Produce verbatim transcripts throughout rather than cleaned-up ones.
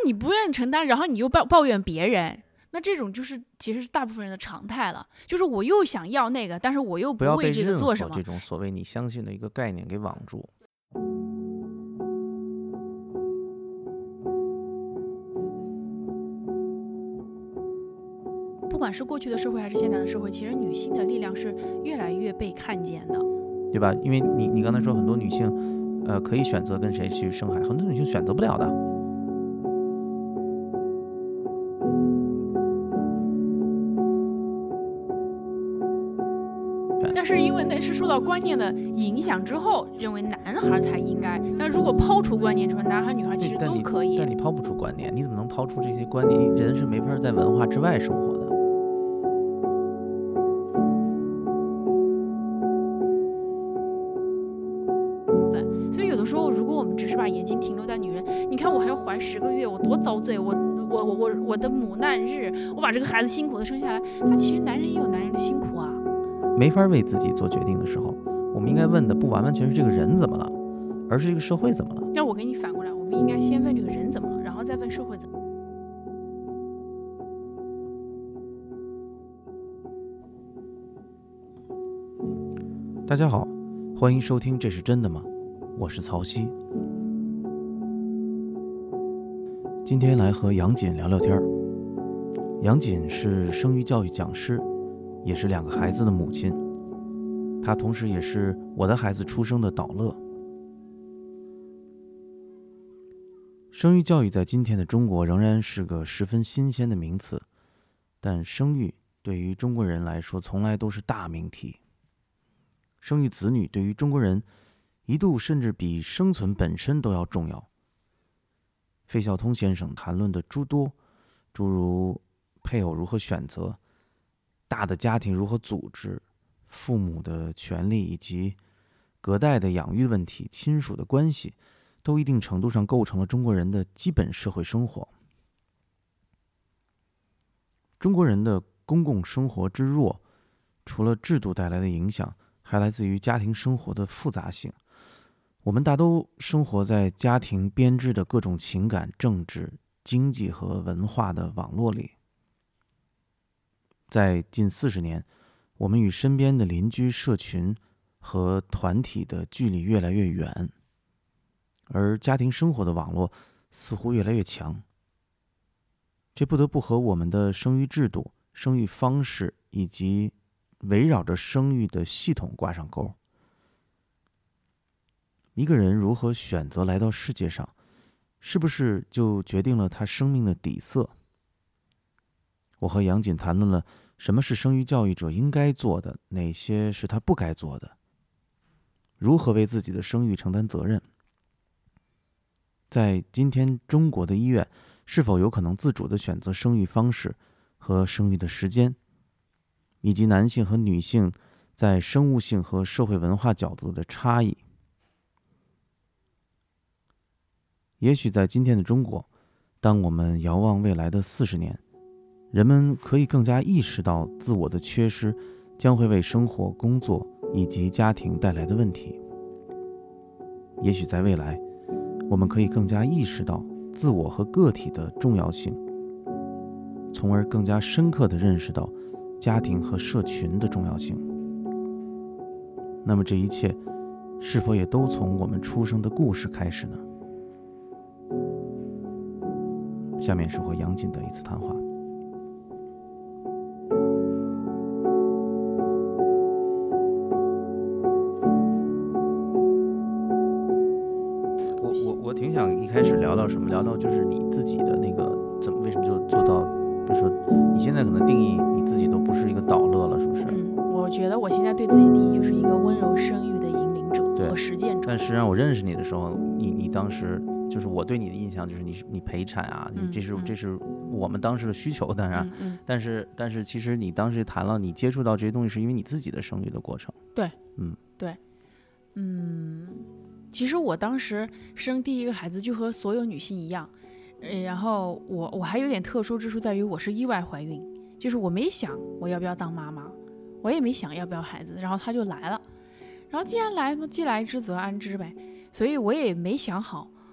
你不愿意承担，然后你又抱抱怨别人，那这种就是其实是大部分人的常态了。就是我又想要那个，但是我又不要为这个做什么。 这种所谓你相信的一个概念给网住。 不管是过去的社会还是现在的社会，其实女性的力量是越来越被看见的， 对吧？因为你你刚才说很多女性，呃，可以选择跟谁去生孩，很多女性选择不了的。 但是因为那是受到观念的影响之后，认为男孩才应该。但如果抛除观念之后，男孩女孩其实都可以。 但 你, 但你抛不出观念，你怎么能抛出这些观念？人是没法在文化之外生活的。 对，所以有的时候，如果我们只是把眼睛停留在女人，你看我还要怀十个月，我多遭罪，我我我我我的母难日，我把这个孩子辛苦的生下来，那其实男人也有男人的辛苦啊。 没法为自己做决定的时候，我们应该问的不完完全是这个人怎么了，而是这个社会怎么了。 那我给你反过来，我们应该先问这个人怎么了，然后再问社会怎么了。 大家好，欢迎收听这是真的吗？我是曹曦。今天来和杨锦聊聊天。杨锦是生育教育讲师，也是两个孩子的母亲，她同时也是我的孩子出生的导乐。生育教育在今天的中国仍然是个十分新鲜的名词，但生育对于中国人来说从来都是大命题。生育子女对于中国人一度甚至比生存本身都要重要。费孝通先生谈论的诸多，诸如配偶如何选择、大的家庭如何组织、父母的权利以及隔代的养育问题、亲属的关系，都一定程度上构成了中国人的基本社会生活。中国人的公共生活之弱，除了制度带来的影响，还来自于家庭生活的复杂性。我们大都生活在家庭编织的各种情感、政治、经济和文化的网络里。在近四十年，我们与身边的邻居、社群和团体的距离越来越远，而家庭生活的网络似乎越来越强。这不得不和我们的生育制度、生育方式以及围绕着生育的系统挂上钩。一个人如何选择来到世界上，是不是就决定了他生命的底色？我和杨锦谈论了什么是生育教育者应该做的，哪些是他不该做的，如何为自己的生育承担责任。在今天中国的医院，是否有可能自主地选择生育方式和生育的时间，以及男性和女性在生物性和社会文化角度的差异。也许在今天的中国，当我们遥望未来的四十年，人们可以更加意识到自我的缺失将会为生活、工作以及家庭带来的问题。也许在未来，我们可以更加意识到自我和个体的重要性，从而更加深刻地认识到家庭和社群的重要性。那么这一切是否也都从我们出生的故事开始呢？下面是和杨锦的一次谈话。我我我挺想一开始聊到什么，聊到就是你自己的那个怎么为什么就做到，比如说你现在可能定义你自己都不是一个导乐了，是不是？ 嗯，我觉得我现在对自己定义就是一个温柔生育的引领者和实践者。 但实际上我认识你的时候，你你当时就是我对你的印象就是你你陪产啊， 嗯、 你这是、嗯、这是我们当时的需求，当然， 嗯嗯、 但是但是其实你当时谈了，你接触到这些东西是因为你自己的生育的过程。 对， 嗯， 对，嗯，其实我当时生第一个孩子就和所有女性一样，呃、然后我我还有点特殊之处在于我是意外怀孕，就是我没想我要不要当妈妈，我也没想要不要孩子，然后他就来了，然后既然来嘛，既来之则安之呗，所以我也没想好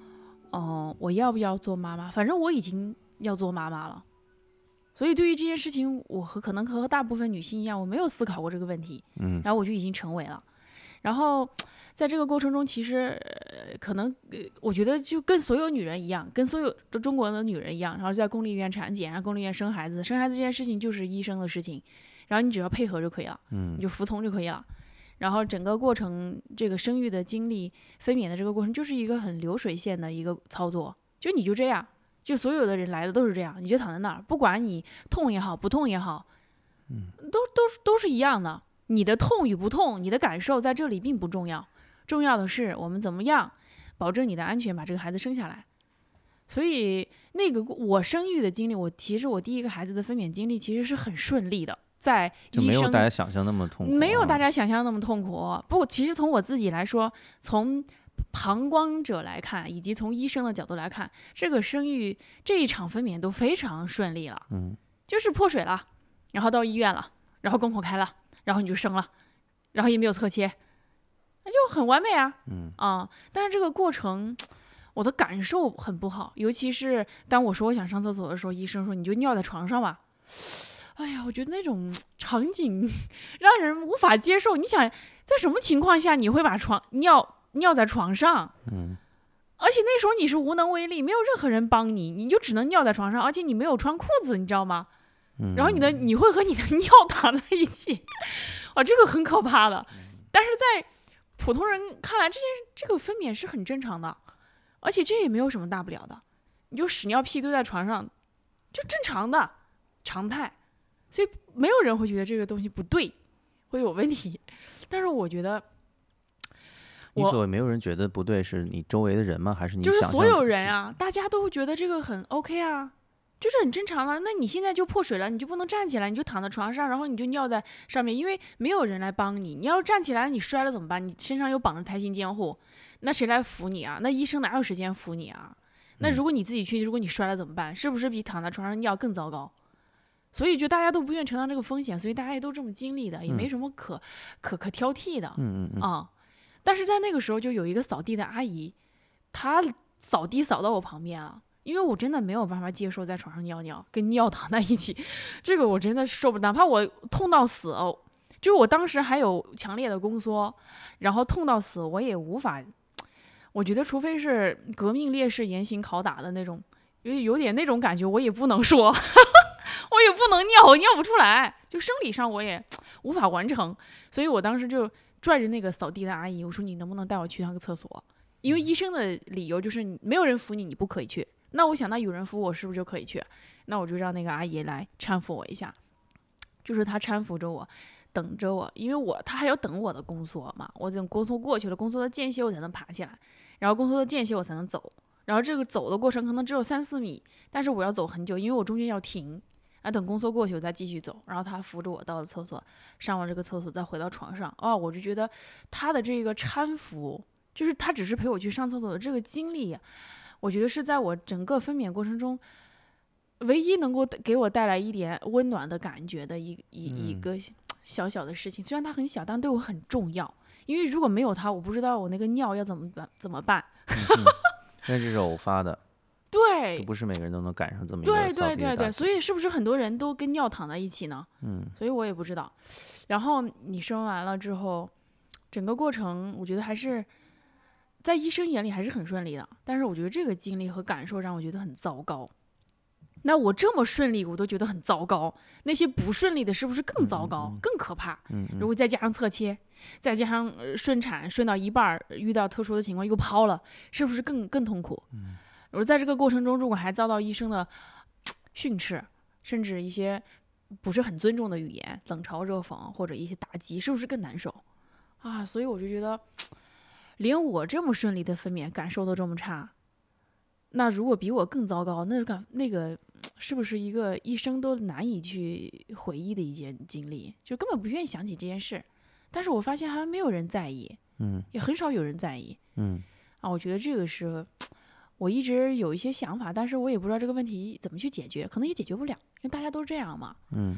嗯、呃，我要不要做妈妈？反正我已经要做妈妈了。所以对于这件事情，我和可能和大部分女性一样，我没有思考过这个问题， 嗯， 然后我就已经成为了。然后在这个过程中，其实、呃、可能、呃、我觉得就跟所有女人一样，跟所有的中国的女人一样，然后在公立医院产检，然后公立医院生孩子，生孩子这件事情就是医生的事情，然后你只要配合就可以了， 嗯， 你就服从就可以了。然后整个过程，这个生育的经历、分娩的这个过程，就是一个很流水线的一个操作，就你就这样。就所有的人来的都是这样，你就躺在那儿，不管你痛也好，不痛也好， 嗯， 都都都是一样的。你的痛与不痛，你的感受在这里并不重要，重要的是我们怎么样保证你的安全，把这个孩子生下来。所以那个我生育的经历，我其实我第一个孩子的分娩经历其实是很顺利的，在就没有大家想象那么痛苦、啊， 没有大家想象那么痛苦。不过其实从我自己来说，从旁观者来看，以及从医生的角度来看，这个生育这一场分娩都非常顺利了， 嗯， 就是破水了，然后到医院了，然后宫口开了，然后你就生了，然后也没有侧切，那就很完美啊， 嗯啊、但是这个过程我的感受很不好，尤其是当我说我想上厕所的时候，医生说你就尿在床上吧。哎呀，我觉得那种场景让人无法接受。你想，在什么情况下你会把床尿尿在床上？ 嗯， 而且那时候你是无能为力，没有任何人帮你，你就只能尿在床上，而且你没有穿裤子，你知道吗？ 嗯， 然后你的你会和你的尿躺在一起，哇，这个很可怕的。但是在普通人看来，这件这个分娩是很正常的，而且这也没有什么大不了的，你就屎尿屁都在床上，就正常的常态。所以没有人会觉得这个东西不对，会有问题。但是我觉得， 你所谓没有人觉得不对，是你周围的人吗？还是你就是想象所有人啊，大家都会觉得这个很 OK 啊，就是很正常的。那你现在就破水了，你就不能站起来，你就躺在床上，然后你就尿在上面，因为没有人来帮你。你要站起来，你摔了怎么办？你身上又绑着胎心监护，那谁来扶你啊？那医生哪有时间扶你啊？那如果你自己去，如果你摔了怎么办？是不是比躺在床上尿更糟糕？所以就大家都不愿承担这个风险，所以大家也都这么经历的，也没什么可、嗯、可可挑剔的， 嗯嗯嗯啊、嗯。但是在那个时候，就有一个扫地的阿姨，她扫地扫到我旁边了，因为我真的没有办法接受在床上尿尿跟尿躺在一起，这个我真的受不了，哪怕我痛到死哦，就是我当时还有强烈的宫缩，然后痛到死，我也无法，我觉得除非是革命烈士严刑拷打的那种，有有点那种感觉，我也不能说。我也不能尿，我尿不出来，就生理上我也无法完成，所以我当时就拽着那个扫地的阿姨，我说你能不能带我去趟个厕所？因为医生的理由就是没有人扶你，你不可以去。那我想，那有人扶我是不是就可以去？那我就让那个阿姨来搀扶我一下，就是她搀扶着我，等着我，因为我她还要等我的宫缩嘛，我等宫缩过去了，宫缩的间歇我才能爬起来，然后宫缩的间歇我才能走，然后这个走的过程可能只有三四米，但是我要走很久，因为我中间要停。啊，等宫缩过去，我再继续走。然后他扶着我到了厕所，上完这个厕所，再回到床上。哦，我就觉得他的这个搀扶，就是他只是陪我去上厕所的这个经历，我觉得是在我整个分娩过程中，唯一能够给我带来一点温暖的感觉的一一、嗯、一个小小的事情。虽然它很小，但对我很重要。因为如果没有它，我不知道我那个尿要怎么办怎么办。 嗯、因为这是偶发的。 对， 不是每个人都能赶上这么一个对对对对， 扫地的大所以是不是很多人都跟尿躺在一起呢？ 嗯， 所以我也不知道。然后你生完了之后，整个过程我觉得还是在医生眼里还是很顺利的，但是我觉得这个经历和感受让我觉得很糟糕。那我这么顺利，我都觉得很糟糕，那些不顺利的是不是更糟糕、 嗯嗯、 更可怕？ 嗯嗯、 如果再加上侧切，再加上、呃、顺产，顺到一半遇到特殊的情况又抛了，是不是更更痛苦？ 嗯。 而在这个过程中，如果还遭到医生的训斥，甚至一些不是很尊重的语言，冷嘲热讽或者一些打击，是不是更难受啊？所以我就觉得，连我这么顺利的分娩感受都这么差，那如果比我更糟糕，那个那个是不是一个医生都难以去回忆的一件经历，就根本不愿意想起这件事。但是我发现还没有人在意， 嗯， 也很少有人在意， 嗯， 啊，我觉得这个是。我一直有一些想法，但是我也不知道这个问题怎么去解决，可能也解决不了，因为大家都这样嘛。 嗯。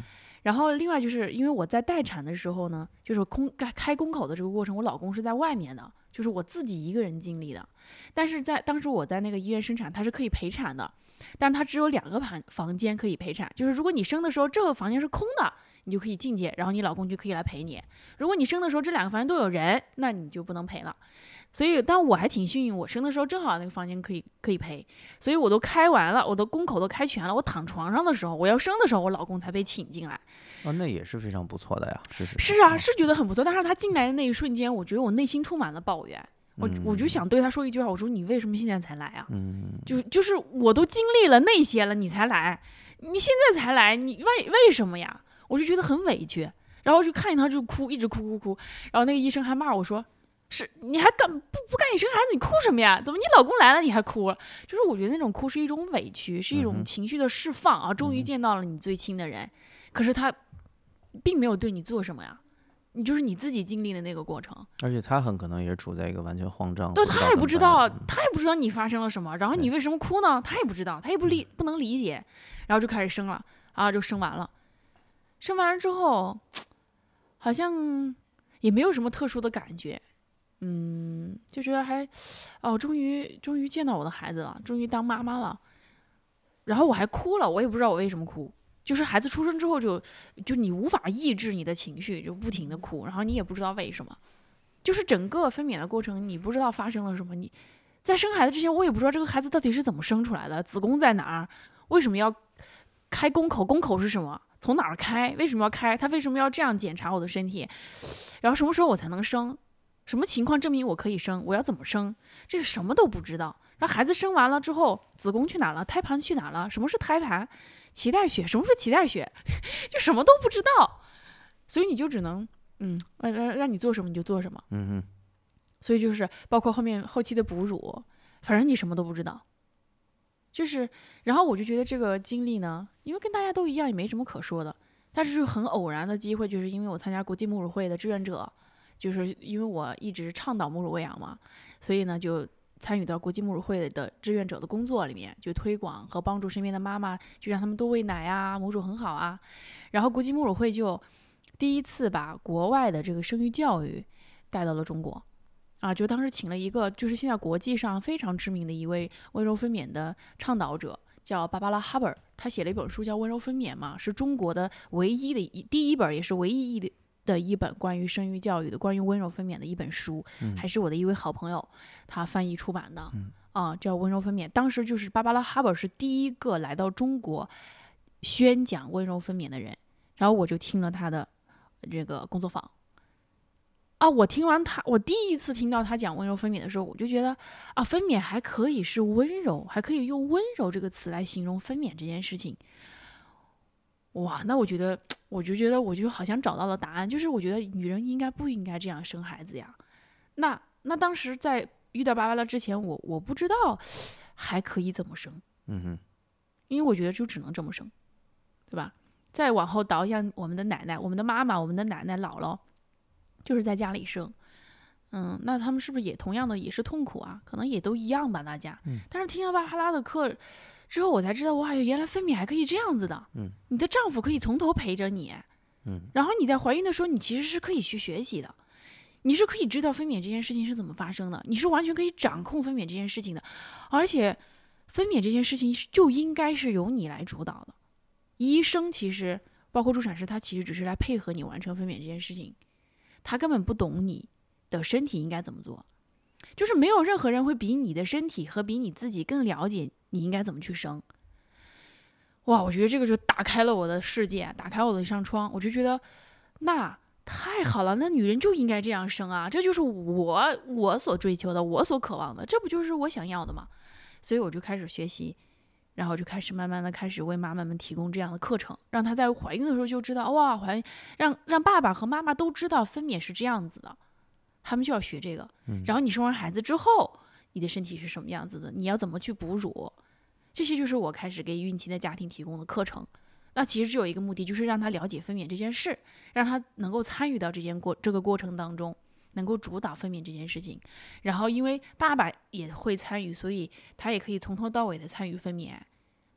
然后另外就是因为我在待产的时候呢，就是空开开宫口的这个过程，我老公是在外面的，就是我自己一个人经历的。但是在当时我在那个医院生产，它是可以陪产的，但是它只有两个房房间可以陪产，就是如果你生的时候这个房间是空的，你就可以进去，然后你老公就可以来陪你。如果你生的时候这两个房间都有人，那你就不能陪了。所以，但我还挺幸运，我生的时候正好那个房间可以可以陪，所以我都开完了，我的宫口都开全了。我躺床上的时候，我要生的时候，我老公才被请进来。 哦，那也是非常不错的呀，是是是啊，是觉得很不错。但是他进来的那一瞬间，我觉得我内心充满了抱怨。我、 嗯、 我就想对他说一句话，我说你为什么现在才来啊？ 嗯， 就就是我都经历了那些了，你才来，你现在才来，你为为什么呀？我就觉得很委屈，然后就看见他就哭，一直哭哭哭，然后那个医生还骂我说，是你还敢不不赶紧生孩子，你哭什么呀？怎么你老公来了你还哭了？就是我觉得那种哭是一种委屈，是一种情绪的释放啊，终于见到了你最亲的人，可是他并没有对你做什么呀。你就是你自己经历的那个过程， 而且他很可能也是处在一个完全慌张， 对，他也不知道， 嗯、 他也不知道你发生了什么，然后你为什么哭呢？他也不知道，他也不理不能理解，然后就开始生了，啊，就生完了，生完了之后，好像也没有什么特殊的感觉，嗯，就觉得还，哦，终于终于见到我的孩子了，终于当妈妈了，然后我还哭了，我也不知道我为什么哭。就是孩子出生之后就，就你无法抑制你的情绪，就不停的哭，然后你也不知道为什么，就是整个分娩的过程，你不知道发生了什么。你在生孩子之前，我也不知道这个孩子到底是怎么生出来的，子宫在哪儿，为什么要开宫口，宫口是什么，从哪儿开，为什么要开，他为什么要这样检查我的身体，然后什么时候我才能生，什么情况证明我可以生，我要怎么生，这是什么都不知道。然后孩子生完了之后，子宫去哪了，胎盘去哪了，什么是胎盘，脐带血，什么是脐带血，就什么都不知道，所以你就只能，嗯，让让你做什么你就做什么， 嗯哼， 所以就是包括后面后期的哺乳，反正你什么都不知道，就是，然后我就觉得这个经历呢，因为跟大家都一样，也没什么可说的，但是很偶然的机会，就是因为我参加国际母乳会的志愿者，就是因为我一直倡导母乳喂养嘛，所以呢就参与到国际母乳会的志愿者的工作里面，就推广和帮助身边的妈妈，就让他们多喂奶啊，母乳很好啊。然后国际母乳会就第一次把国外的这个生育教育带到了中国，啊，就当时请了一个就是现在国际上非常知名的一位温柔分娩的倡导者，叫芭芭拉·哈伯尔，他写了一本书叫《温柔分娩》嘛，是中国的唯一的一第一本，也是唯一的。的一本关于生育教育的、关于温柔分娩的一本书， 嗯、 还是我的一位好朋友他翻译出版的， 嗯、 啊，叫《温柔分娩》。当时就是芭芭拉·哈伯是第一个来到中国宣讲温柔分娩的人，然后我就听了他的这个工作坊。啊，我听完他，我第一次听到他讲温柔分娩的时候，我就觉得啊，分娩还可以是温柔，还可以用温柔这个词来形容分娩这件事情。哇，那我觉得，我就觉得，我就好像找到了答案，就是我觉得女人应该不应该这样生孩子呀？那那当时在遇到芭芭拉之前，我我不知道还可以怎么生， 嗯哼， 因为我觉得就只能这么生，对吧？再往后倒向我们的奶奶、我们的妈妈、我们的奶奶、姥姥，就是在家里生，嗯，那他们是不是也同样的也是痛苦啊？可能也都一样吧，大家。 嗯， 但是听了芭芭拉的课之后，我才知道，哇，原来分娩还可以这样子的。 嗯， 你的丈夫可以从头陪着你， 嗯， 然后你在怀孕的时候，你其实是可以去学习的，你是可以知道分娩这件事情是怎么发生的，你是完全可以掌控分娩这件事情的，而且分娩这件事情就应该是由你来主导的。医生其实包括助产师，他其实只是来配合你完成分娩这件事情，他根本不懂你的身体应该怎么做，就是没有任何人会比你的身体和比你自己更了解你应该怎么去生。哇，我觉得这个就打开了我的世界，打开我的一扇窗，我就觉得那太好了，那女人就应该这样生啊，这就是我我所追求的，我所渴望的，这不就是我想要的吗？所以我就开始学习，然后就开始慢慢的开始为妈妈们提供这样的课程，让她在怀孕的时候就知道，哇，怀孕让让爸爸和妈妈都知道分娩是这样子的，他们就要学这个。然后你生完孩子之后，你的身体是什么样子的，你要怎么去哺乳，这些就是我开始给孕期的家庭提供的课程。那其实只有一个目的，就是让他了解分娩这件事，让他能够参与到这件过这个过程当中，能够主导分娩这件事情。然后因为爸爸也会参与，所以他也可以从头到尾的参与分娩。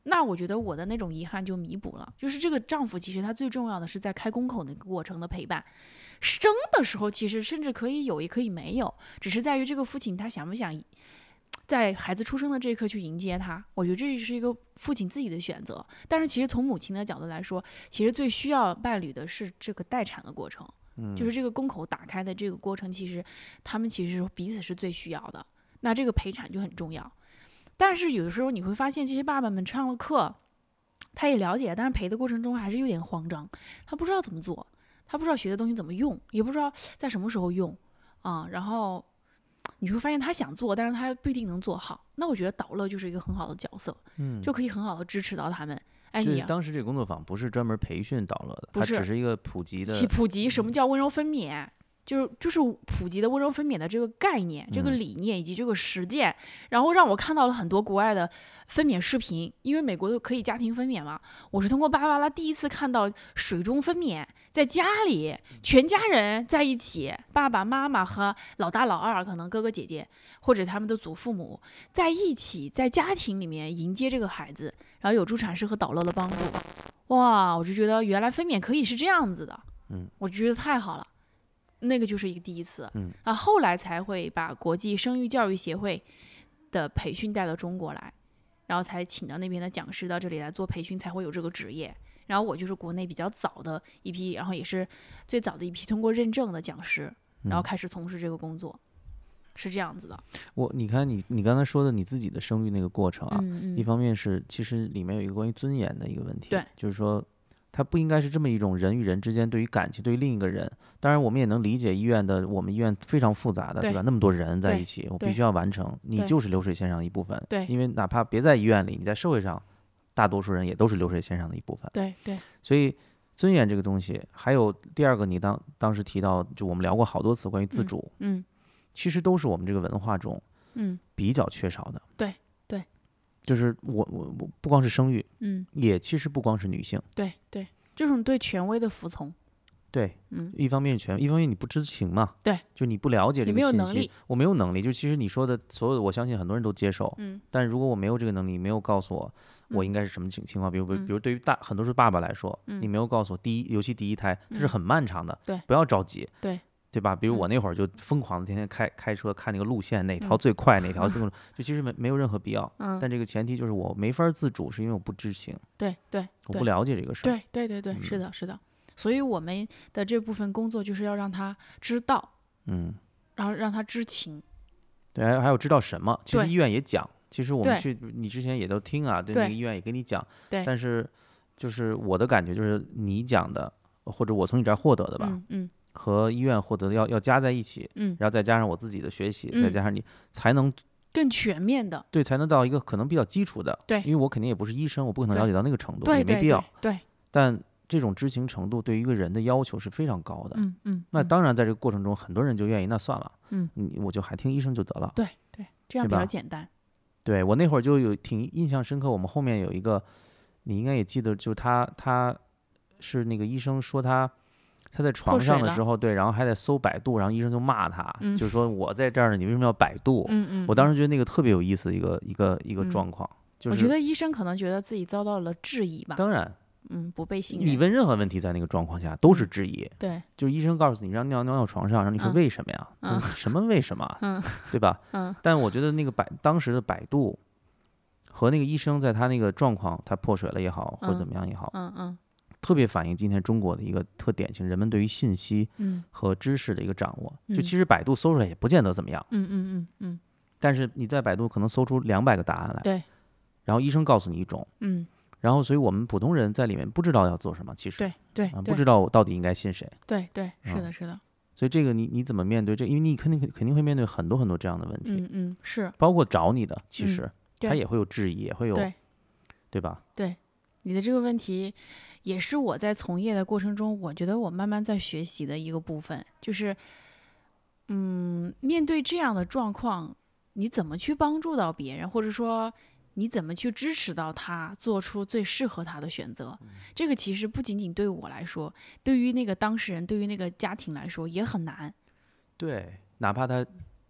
那我觉得我的那种遗憾就弥补了，就是这个丈夫其实他最重要的是在开宫口那个过程的陪伴，生的时候其实甚至可以有也可以没有，只是在于这个父亲他想不想在孩子出生的这一刻去迎接他，我觉得这是一个父亲自己的选择。但是其实从母亲的角度来说，其实最需要伴侣的是这个待产的过程， 嗯， 就是这个宫口打开的这个过程，其实他们其实彼此是最需要的，那这个陪产就很重要。但是有的时候你会发现这些爸爸们上了课，他也了解，但是陪的过程中还是有点慌张，他不知道怎么做，他不知道学的东西怎么用，也不知道在什么时候用啊、嗯，然后你会发现他想做，但是他不一定能做好。那我觉得导乐就是一个很好的角色， 嗯， 就可以很好的支持到他们。哎， 所以你当时这个工作坊不是专门培训导乐的， 不是它只是一个普及的， 其普及什么叫温柔分娩，就是就是普及的温柔分娩的这个概念、这个理念以及这个实践，然后让我看到了很多国外的分娩视频，因为美国可以家庭分娩嘛，我是通过芭芭拉第一次看到水中分娩，在家里全家人在一起，爸爸妈妈和老大老二，可能哥哥姐姐或者他们的祖父母在一起，在家庭里面迎接这个孩子，然后有助产士和导乐的帮助，哇，我就觉得原来分娩可以是这样子的， 嗯， 我觉得太好了。那个就是一个第一次， 嗯啊，后来才会把国际生育教育协会的培训带到中国来，然后才请到那边的讲师到这里来做培训，才会有这个职业。然后我就是国内比较早的一批，然后也是最早的一批通过认证的讲师，然后开始从事这个工作，嗯、是这样子的。 我你看你你刚才说的你自己的生育那个过程啊， 嗯嗯、 一方面是其实里面有一个关于尊严的一个问题， 对， 就是说。它不应该是这么一种人与人之间对于感情，对于另一个人。当然，我们也能理解医院的，我们医院非常复杂的，对吧？那么多人在一起，我必须要完成，你就是流水线上的一部分。 对， 因为哪怕别在医院里，你在社会上，大多数人也都是流水线上的一部分。 对对。 所以尊严这个东西，还有第二个，你当当时提到，就我们聊过好多次关于自主， 嗯，嗯其实都是我们这个文化中， 嗯， 比较缺少的。 对。 就是我我我不光是生育， 嗯， 也其实不光是女性， 对对。这种对权威的服从， 对， 嗯， 一方面权，一方面你不知情嘛， 对， 就你不了解这个信息， 你没有能力， 我没有能力，就其实你说的所有的，我相信很多人都接受， 嗯， 但如果我没有这个能力，你没有告诉我，我应该是什么情情况，比如比如对于大很多是爸爸来说， 嗯、 你没有告诉我，第一，尤其第一胎，它是很漫长的， 对， 不要着急， 对。 对吧？比如我那会儿就疯狂的天天开开车看那个路线，哪条最快，哪条更，就其实没没有任何必要。 嗯。 但这个前提就是我没法自主，是因为我不知情。 对对。 我不了解这个事儿。 对对对对，是的，是的。所以我们的这部分工作就是要让他知道， 嗯， 然后让他知情。 对，还还有知道什么？其实医院也讲，其实我们去，你之前也都听啊，对，那个医院也跟你讲。 对。 但是就是我的感觉就是你讲的，或者我从你这儿获得的吧。 嗯。嗯和医院获得的要要加在一起， 嗯， 然后再加上我自己的学习， 嗯、 再加上你，才能更全面的， 对，才能到一个可能比较基础的， 对， 因为我肯定也不是医生，我不可能了解到那个程度， 对也没必要， 对， 对， 对， 但这种知情程度对于一个人的要求是非常高的， 嗯嗯， 那当然在这个过程中，很多人就愿意，那算了， 嗯， 你我就还听医生就得了， 对对，这样比较简单， 对我那会儿就有挺印象深刻，我们后面有一个，你应该也记得，就他他是那个医生说他。他在床上的时候，对，然后还得搜百度，然后医生就骂他， 嗯、 就说我在这儿呢，你为什么要百度？ 嗯嗯， 我当时觉得那个特别有意思的一个一个一个状况， 嗯、 就是我觉得医生可能觉得自己遭到了质疑吧。 当然， 嗯，不被信任。 你问任何问题，在那个状况下都是质疑。 嗯、对， 就医生告诉你让尿尿到床上，然后你说为什么呀？ 嗯、 什么为什么？ 嗯， 对吧？ 嗯。 但我觉得那个百当时的百度和那个医生在他那个状况，他破水了也好，或者怎么样也好， 嗯嗯。 特别反映今天中国的一个特典型，人们对于信息和知识的一个掌握。 嗯、 就其实百度搜出来也不见得怎么样。 嗯嗯嗯嗯。 但是你在百度可能搜出两百个答案来。 对。 然后医生告诉你一种。 嗯。 然后所以我们普通人在里面不知道要做什么，其实。 对对、 啊。不知道我到底应该信谁。 对对，是的，是的。 嗯、所以这个你你怎么面对这？因为你肯定肯定会面对很多很多这样的问题。 嗯嗯，是。 包括找你的，其实、 嗯、 他也会有质疑，也会有。 对。 对吧？ 对。你的这个问题也是我在从业的过程中，我觉得我慢慢在学习的一个部分，就是嗯，面对这样的状况，你怎么去帮助到别人，或者说你怎么去支持到他做出最适合他的选择、嗯、这个其实不仅仅对我来说，对于那个当事人，对于那个家庭来说也很难。 对，哪怕他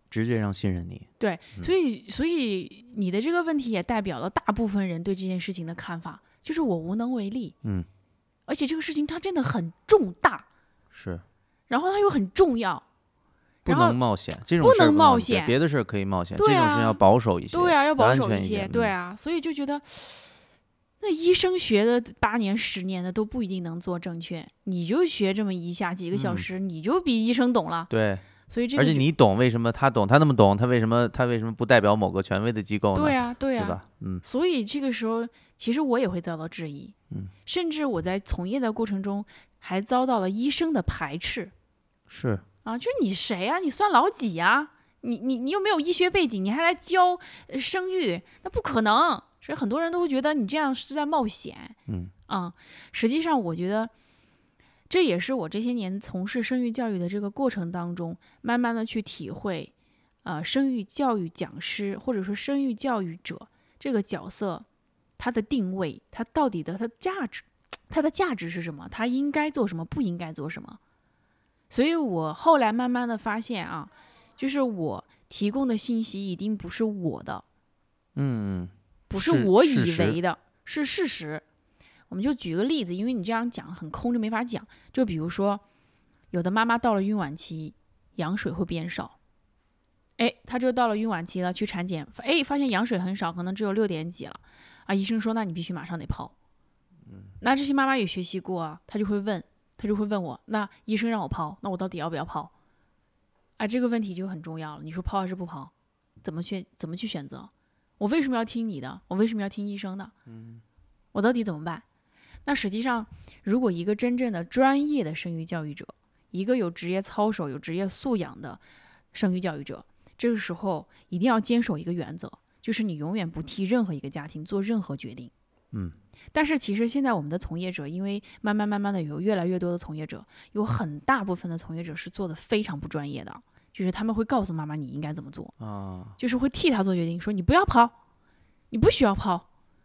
直觉上信任你。 对， 嗯、 所以所以你的这个问题也代表了大部分人对这件事情的看法，就是我无能为力。 嗯， 而且这个事情它真的很重大， 是， 然后它又很重要， 不能冒险，这种不事儿能冒险， 别的事儿可以冒险， 对啊、 这种事要保守一些， 对啊，要保守一些， 嗯、 对啊，所以就觉得。那医生学的八年十年的都不一定能做正确，你就学这么一下几个小时，嗯、你就比医生懂了。 对， 所以这个而且你懂，为什么他懂？他那么懂，他为什么他为什么不代表某个权威的机构呢？ 对啊，对啊， 对吧？嗯。 所以这个时候，其实我也会遭到质疑， 嗯， 甚至我在从业的过程中还遭到了医生的排斥。 是啊，就是你谁啊？你算老几啊？你你你又没有医学背景，你还来教生育，那不可能。所以很多人都会觉得你这样是在冒险。 嗯嗯，实际上我觉得这也是我这些年从事生育教育的这个过程当中，慢慢的去体会，呃，生育教育讲师或者说生育教育者这个角色，它的定位，它到底的它的价值，它的价值是什么？它应该做什么？不应该做什么？所以我后来慢慢的发现啊，就是我提供的信息一定不是我的， 嗯， 不是我以为的，是事实。我们就举个例子，因为你这样讲很空，就没法讲。就比如说，有的妈妈到了孕晚期，羊水会变少，哎，她就到了孕晚期了，去产检，哎，发现羊水很少，可能只有六点几了，啊，医生说，那你必须马上得剖。嗯，那这些妈妈也学习过啊，她就会问，她就会问我，那医生让我剖，那我到底要不要剖？啊，这个问题就很重要了。你说剖还是不剖？怎么去怎么去选择？我为什么要听你的？我为什么要听医生的？嗯，我到底怎么办？那实际上，如果一个真正的专业的生育教育者，一个有职业操守、有职业素养的生育教育者，这个时候一定要坚守一个原则，就是你永远不替任何一个家庭做任何决定。 嗯。 但是其实现在我们的从业者，因为慢慢慢慢的有越来越多的从业者，有很大部分的从业者是做的非常不专业的，就是他们会告诉妈妈你应该怎么做啊， 就是会替她做决定，说你不要剖，你不需要剖。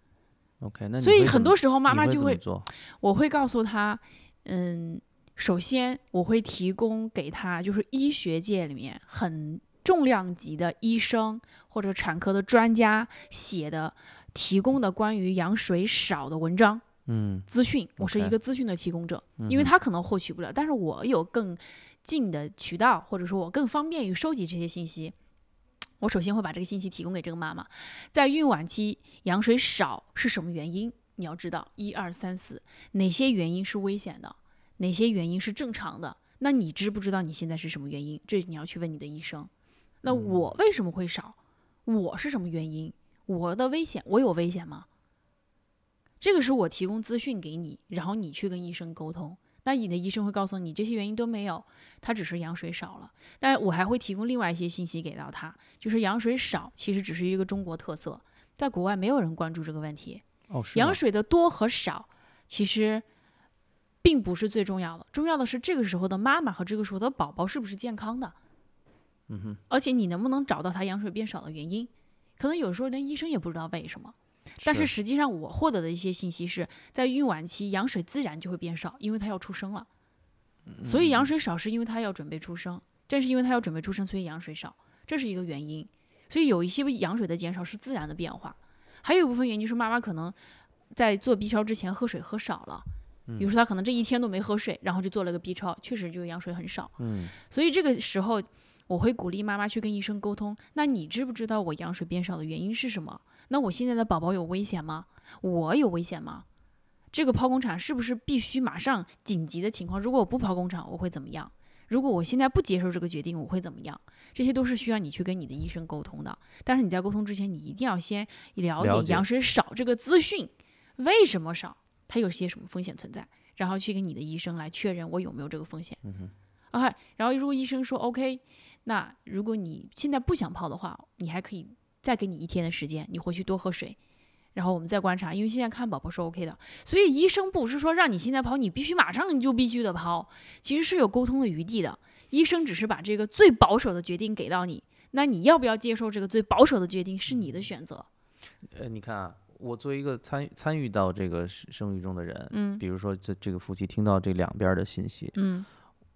OK， 那所以很多时候妈妈就会， 会，我会告诉她，嗯，首先我会提供给她就是医学界里面很重量级的医生或者产科的专家写的提供的关于羊水少的文章， 嗯， 资讯，我是一个资讯的提供者，因为他可能获取不了，但是我有更近的渠道，或者说我更方便于收集这些信息。我首先会把这个信息提供给这个妈妈，在孕晚期羊水少是什么原因？你要知道一二三四，哪些原因是危险的，哪些原因是正常的？那你知不知道你现在是什么原因？这你要去问你的医生。那我为什么会少？我是什么原因？我的危险，我有危险吗？这个是我提供资讯给你，然后你去跟医生沟通。那你的医生会告诉你这些原因都没有，他只是羊水少了。但我还会提供另外一些信息给到他，就是羊水少其实只是一个中国特色，在国外没有人关注这个问题。 哦，是羊水的多和少其实并不是最重要的，重要的是这个时候的妈妈和这个时候的宝宝是不是健康的。 嗯哼， 而且你能不能找到他羊水变少的原因？可能有时候连医生也不知道为什么。但是实际上我获得的一些信息是在孕晚期羊水自然就会变少，因为它要出生了，所以羊水少是因为它要准备出生，正是因为它要准备出生，所以羊水少，这是一个原因。所以有一些羊水的减少是自然的变化，还有一部分原因是妈妈可能在做 B 超之前喝水喝少了，比如说她可能这一天都没喝水，然后就做了个 B 超，确实就羊水很少。 嗯， 所以这个时候我会鼓励妈妈去跟医生沟通，那你知不知道我羊水变少的原因是什么？那我现在的宝宝有危险吗？我有危险吗？这个剖宫产是不是必须马上紧急的情况？如果我不剖宫产，我会怎么样？如果我现在不接受这个决定，我会怎么样？这些都是需要你去跟你的医生沟通的。但是你在沟通之前，你一定要先了解羊水少这个资讯，为什么少？它有些什么风险存在？然后去跟你的医生来确认我有没有这个风险。 嗯哼。 OK， 然后如果医生说 OK， 那如果你现在不想剖的话，你还可以再给你一天的时间，你回去多喝水，然后我们再观察，因为现在看宝宝是 OK 的，所以医生不是说让你现在剖，你必须马上你就必须得剖，其实是有沟通的余地的。医生只是把这个最保守的决定给到你，那你要不要接受这个最保守的决定是你的选择。 呃，你看啊，我作为一个参参与到这个生育中的人， 嗯， 比如说这这个夫妻听到这两边的信息， 嗯，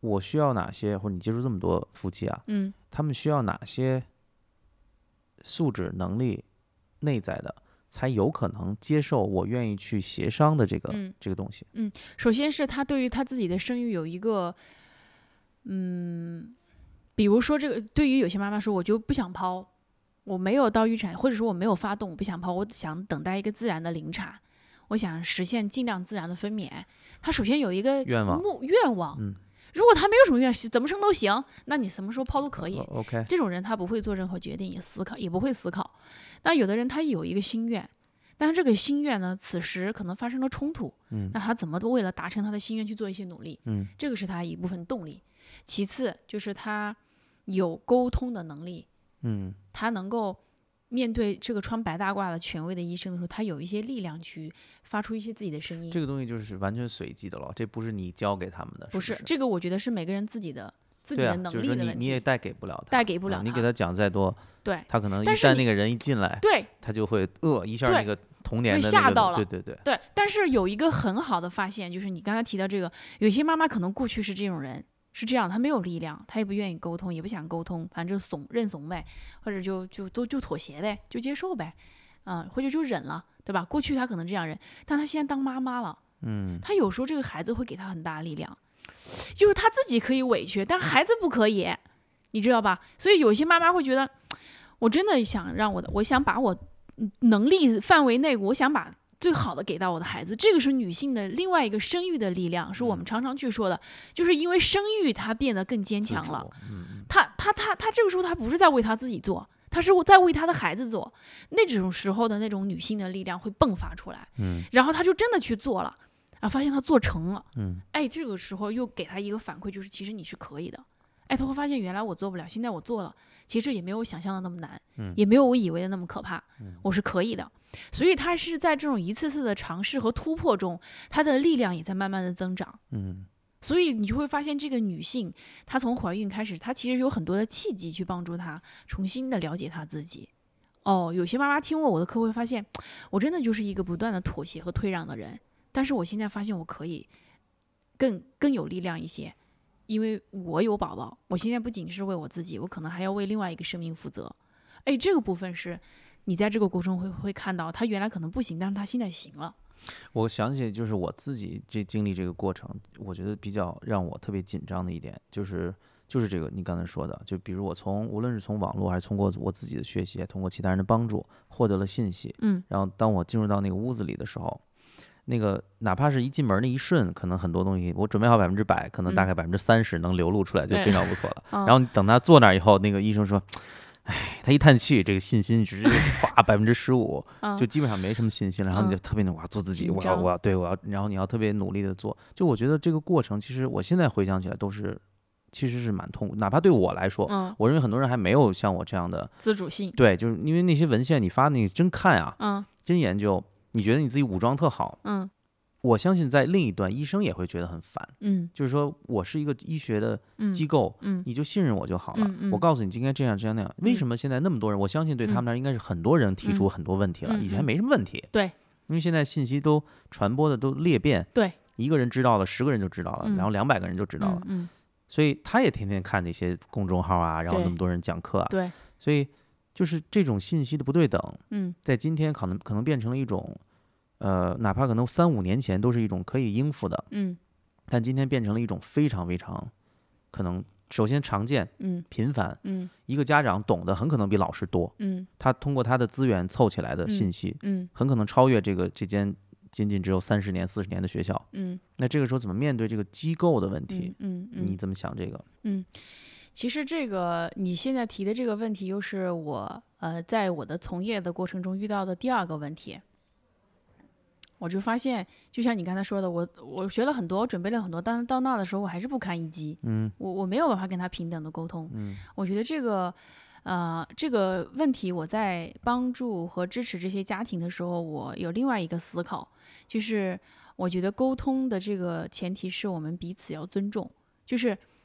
我需要哪些，或者你接触这么多夫妻啊， 嗯他们需要哪些素质、能力、内在的，才有可能接受我愿意去协商的这个、 嗯这个东西。 嗯，首先是他对于他自己的生育有一个，嗯，比如说这个，对于有些妈妈说，我就不想剖，我没有到预产，或者说我没有发动，我不想剖，我想等待一个自然的临产，我想实现尽量自然的分娩。他首先有一个愿望目愿望， 嗯如果他没有什么愿望，怎么生都行，那你什么时候剖都可以。 哦 OK， 这种人他不会做任何决定，也思考也不会思考。那有的人他有一个心愿，但是这个心愿呢，此时可能发生了冲突， 嗯那他怎么为了达成他的心愿去做一些努力？ 嗯这个是他一部分动力。其次就是他有沟通的能力， 嗯他能够面对这个穿白大褂的权威的医生的时候，他有一些力量去发出一些自己的声音。 这个东西就是完全随机的了，这不是你教给他们的， 不是不是这个，我觉得是每个人自己的自己对啊， 的能就是说力的问题， 你你也带给不了他， 带给不了他。 啊你给他讲再多， 对他可能一但是你旦那个人一进来， 对他就会呃一下对那个童年的对那个吓到了对对对， 对，但是有一个很好的发现，就是你刚才提到这个，有些妈妈可能过去是这种人，是这样，她没有力量，她也不愿意沟通，也不想沟通，反正就怂认怂呗，或者就就都就妥协呗，就接受呗，嗯，或者就忍了，对吧？过去她可能这样忍，但她现在当妈妈了， 嗯， 她有时候这个孩子会给她很大力量，就是她自己可以委屈，但是孩子不可以，你知道吧？所以有些妈妈会觉得，我真的想让我的，我想把我能力范围内，我想把最好的给到我的孩子，这个是女性的另外一个生育的力量，是我们常常去说的，就是因为生育她变得更坚强了。 嗯她她她她这个时候她不是在为她自己做，她是在为她的孩子做。那种时候的那种女性的力量会迸发出来， 嗯然后她就真的去做了，啊，发现她做成了， 嗯哎，这个时候又给她一个反馈，就是其实你是可以的。哎，她会发现原来我做不了，现在我做了，其实这也没有我想象的那么难， 嗯也没有我以为的那么可怕， 嗯我是可以的。所以她是在这种一次次的尝试和突破中，她的力量也在慢慢的增长。 嗯所以你就会发现，这个女性她从怀孕开始，她其实有很多的契机去帮助她重新的了解她自己。哦，有些妈妈听过我的课会发现，我真的就是一个不断的妥协和退让的人，但是我现在发现我可以更更有力量一些，因为我有宝宝，我现在不仅是为我自己，我可能还要为另外一个生命负责。哎，这个部分是你在这个过程会会看到，她原来可能不行，但是她现在行了。 我想起就是我自己这经历这个过程，我觉得比较让我特别紧张的一点，就是就是这个你刚才说的，就比如我从无论是从网络还是通过我自己的学习，通过其他人的帮助获得了信息， 嗯， 然后当我进入到那个屋子里的时候，那个哪怕是一进门那一瞬，可能很多东西我准备好百分之百，可能大概百分之三十能流露出来，就非常不错了。 嗯、 然后等他坐那儿以后，那个医生说。哎，他一叹气，这个信心直接哗百分之十五，就基本上没什么信心了。然后你就特别我要做自己，我要我要对我要，然后你要特别努力的做。就我觉得这个过程，其实我现在回想起来都是，其实是蛮痛苦。哪怕对我来说， 嗯、 我认为很多人还没有像我这样的自主性。 对，就是因为那些文献你发，你真看啊， 嗯， 真研究，你觉得你自己武装特好， 嗯。 我相信在另一端，医生也会觉得很烦。 嗯， 就是说我是一个医学的机构， 嗯， 你就信任我就好了。 嗯嗯、 我告诉你，应该这样这样那样。为什么现在那么多人？我相信对他们那儿应该是很多人提出很多问题了， 嗯、 以前没什么问题。 对， 因为现在信息都传播的都裂变， 对， 一个人知道了，十个人就知道了， 嗯、 然后两百个人就知道了。 嗯， 所以他也天天看那些公众号啊，然后那么多人讲课啊。 对， 所以就是这种信息的不对等， 嗯， 在今天可能可能变成了一种。呃，哪怕可能三五年前都是一种可以应付的， 嗯， 但今天变成了一种非常非常可能，首先常见， 嗯， 频繁， 嗯， 一个家长懂得很可能比老师多， 嗯， 他通过他的资源凑起来的信息， 嗯， 很可能超越这个这间仅仅只有三十年、四十年的学校， 嗯， 那这个时候怎么面对这个机构的问题？ 嗯嗯， 你怎么想这个？ 嗯，其实这个你现在提的这个问题，又是我呃在我的从业的过程中遇到的第二个问题。我就发现，就像你刚才说的，我我学了很多，我准备了很多，但是到那的时候，我还是不堪一击。 嗯， 我我没有办法跟他平等的沟通。 嗯， 我觉得这个，呃，这个问题，我在帮助和支持这些家庭的时候，我有另外一个思考，就是我觉得沟通的这个前提是我们彼此要尊重，就是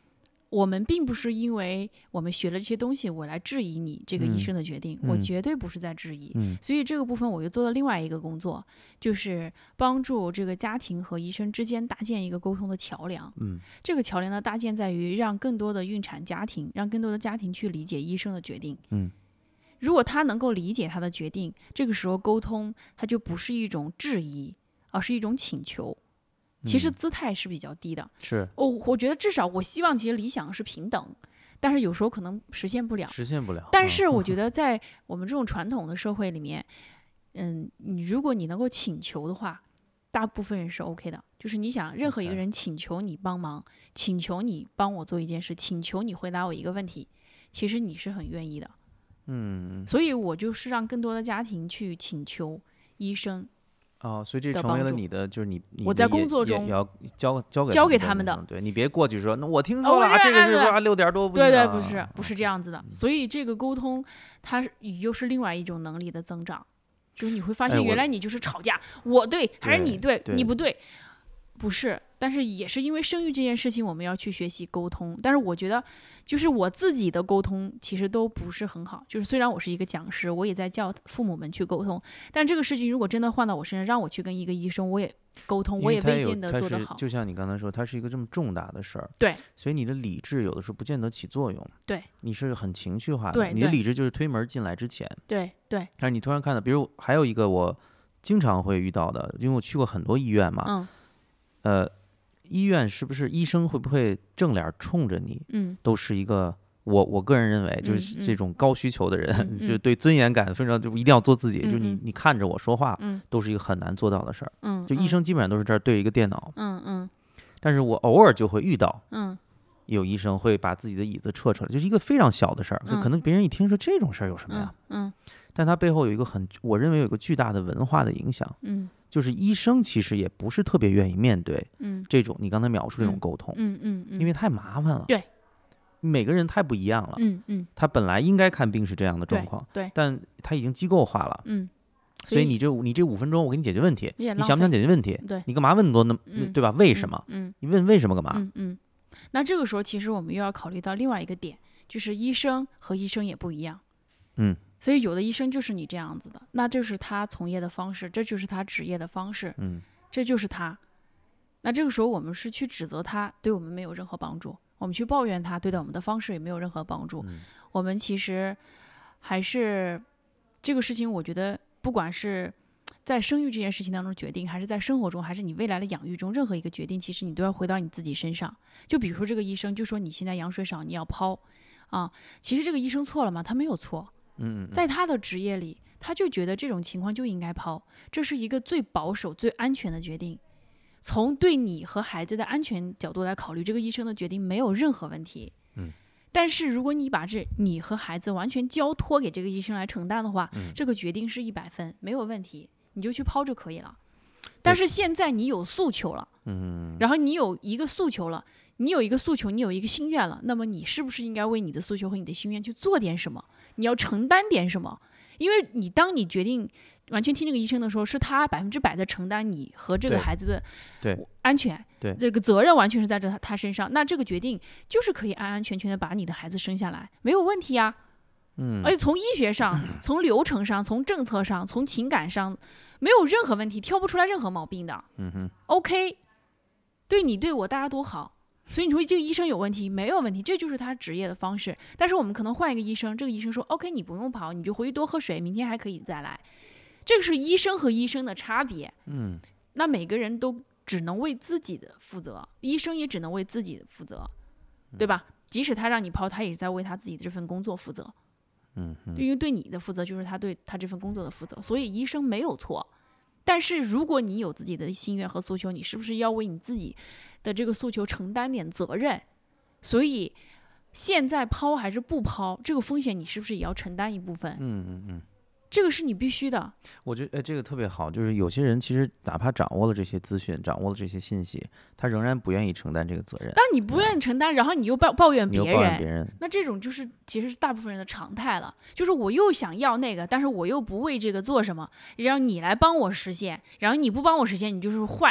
我们并不是因为我们学了这些东西，我来质疑你这个医生的决定， 嗯、 我绝对不是在质疑、 嗯。 所以这个部分我又做了另外一个工作，就是帮助这个家庭和医生之间搭建一个沟通的桥梁。 嗯， 这个桥梁的搭建在于让更多的孕产家庭，让更多的家庭去理解医生的决定。 嗯。 如果他能够理解他的决定，这个时候沟通他就不是一种质疑，而是一种请求。其实姿态是比较低的， 是我我觉得至少我希望其实理想是平等，但是有时候可能实现不了， 实现不了。 但是我觉得在我们这种传统的社会里面，嗯，你如果你能够请求的话，大部分人是 OK 的。就是你想任何一个人请求你帮忙， okay. 请求你帮我做一件事，请求你回答我一个问题，其实你是很愿意的。 嗯， 所以我就是让更多的家庭去请求医生。 哦，所以这成为了你的，就是你，你我在工作中也要交交给交给他们的。 对，你别过去说，那我听说了， 哦、 这个是吧六点多不行、啊。 对对，不是不是这样子的。嗯、所以这个沟通，它又是另外一种能力的增长，就是你会发现，原来你就是吵架，哎、我, 我对还是你对， 对你不对，不是。但是也是因为生育这件事情，我们要去学习沟通。但是我觉得，就是我自己的沟通其实都不是很好。就是虽然我是一个讲师，我也在教父母们去沟通，但这个事情如果真的换到我身上，让我去跟一个医生，我也沟通，我也未见得做得好。 就像你刚才说，它是一个这么重大的事儿， 对， 所以你的理智有的时候不见得起作用。 对， 你是很情绪化的， 对， 你的理智就是推门进来之前。 对对。 但是你突然看到，比如还有一个我经常会遇到的，因为我去过很多医院嘛， 嗯， 呃。医院是不是医生会不会正脸冲着你？ 嗯， 都是一个我我个人认为，就是这种高需求的人， 嗯嗯、 就是对尊严感非常，就一定要做自己。 嗯、 就是你你看着我说话， 嗯， 都是一个很难做到的事儿。 嗯， 就医生基本上都是这儿对一个电脑。 嗯嗯。 但是我偶尔就会遇到， 嗯， 有医生会把自己的椅子撤出来，就是一个非常小的事儿， 嗯、 就可能别人一听说这种事儿有什么呀？ 嗯。嗯但它背后有一个很，我认为有一个巨大的文化的影响。 嗯， 就是医生其实也不是特别愿意面对这种、 嗯、 你刚才描述这种沟通， 嗯嗯 嗯, 嗯， 因为太麻烦了。 对， 每个人太不一样了。 嗯嗯， 他本来应该看病是这样的状况， 对，对但他已经机构化了。 嗯， 所以你这你这五分钟我给你解决问题， 你想不想解决问题？ 对， 你干嘛问多那、 嗯、 对吧？为什么？ 嗯， 你问为什么干嘛？ 嗯嗯，那这个时候其实我们又要考虑到另外一个点，就是医生和医生也不一样。 嗯。 所以有的医生就是你这样子的，那这是他从业的方式，这就是他职业的方式， 嗯， 这就是他。那这个时候我们是去指责他，对我们没有任何帮助；我们去抱怨他，对待我们的方式也没有任何帮助。 嗯、 我们其实还是这个事情，我觉得不管是在生育这件事情当中决定，还是在生活中，还是你未来的养育中，任何一个决定，其实你都要回到你自己身上。就比如说这个医生就说你现在羊水少，你要剖啊，其实这个医生错了吗？他没有错。 嗯， 在他的职业里，他就觉得这种情况就应该抛，这是一个最保守、最安全的决定。从对你和孩子的安全角度来考虑，这个医生的决定没有任何问题。 嗯， 但是如果你把这你和孩子完全交托给这个医生来承担的话， 嗯、 这个决定是一百分，没有问题，你就去抛就可以了。但是现在你有诉求了， 嗯， 然后你有一个诉求了。你有一个诉求，你有一个心愿了，那么你是不是应该为你的诉求和你的心愿去做点什么？你要承担点什么？因为你当你决定完全听这个医生的时候，是他百分之百的承担你和这个孩子的安全， 对， 这个责任完全是在这他身上。那这个决定就是可以安安全全的把你的孩子生下来，没有问题啊。 嗯， 而且从医学上、从流程上、从政策上、从情感上，没有任何问题，挑不出来任何毛病的。 嗯哼 ，OK， 对你对我大家都好。所以你说这个医生有问题，没有问题，这就是他职业的方式。但是我们可能换一个医生，这个医生说 OK 你不用跑，你就回去多喝水，明天还可以再来。这个是医生和医生的差别。 嗯， 那每个人都只能为自己的负责，医生也只能为自己的负责，对吧？即使他让你跑，他也是在为他自己的这份工作负责。 嗯， 因为对你的负责就是他对他这份工作的负责，所以医生没有错。但是如果你有自己的心愿和诉求，你是不是要为你自己的这个诉求承担点责任？所以现在抛还是不抛，这个风险你是不是也要承担一部分？ 嗯嗯嗯， 这个是你必须的。 我觉得哎，这个特别好，就是有些人其实哪怕掌握了这些资讯，掌握了这些信息，他仍然不愿意承担这个责任。 当你不愿意承担，嗯、然后你又抱抱怨别人， 抱怨别人， 那这种就是其实是大部分人的常态了。就是我又想要那个，但是我又不为这个做什么，然后你来帮我实现，然后你不帮我实现，你就是坏。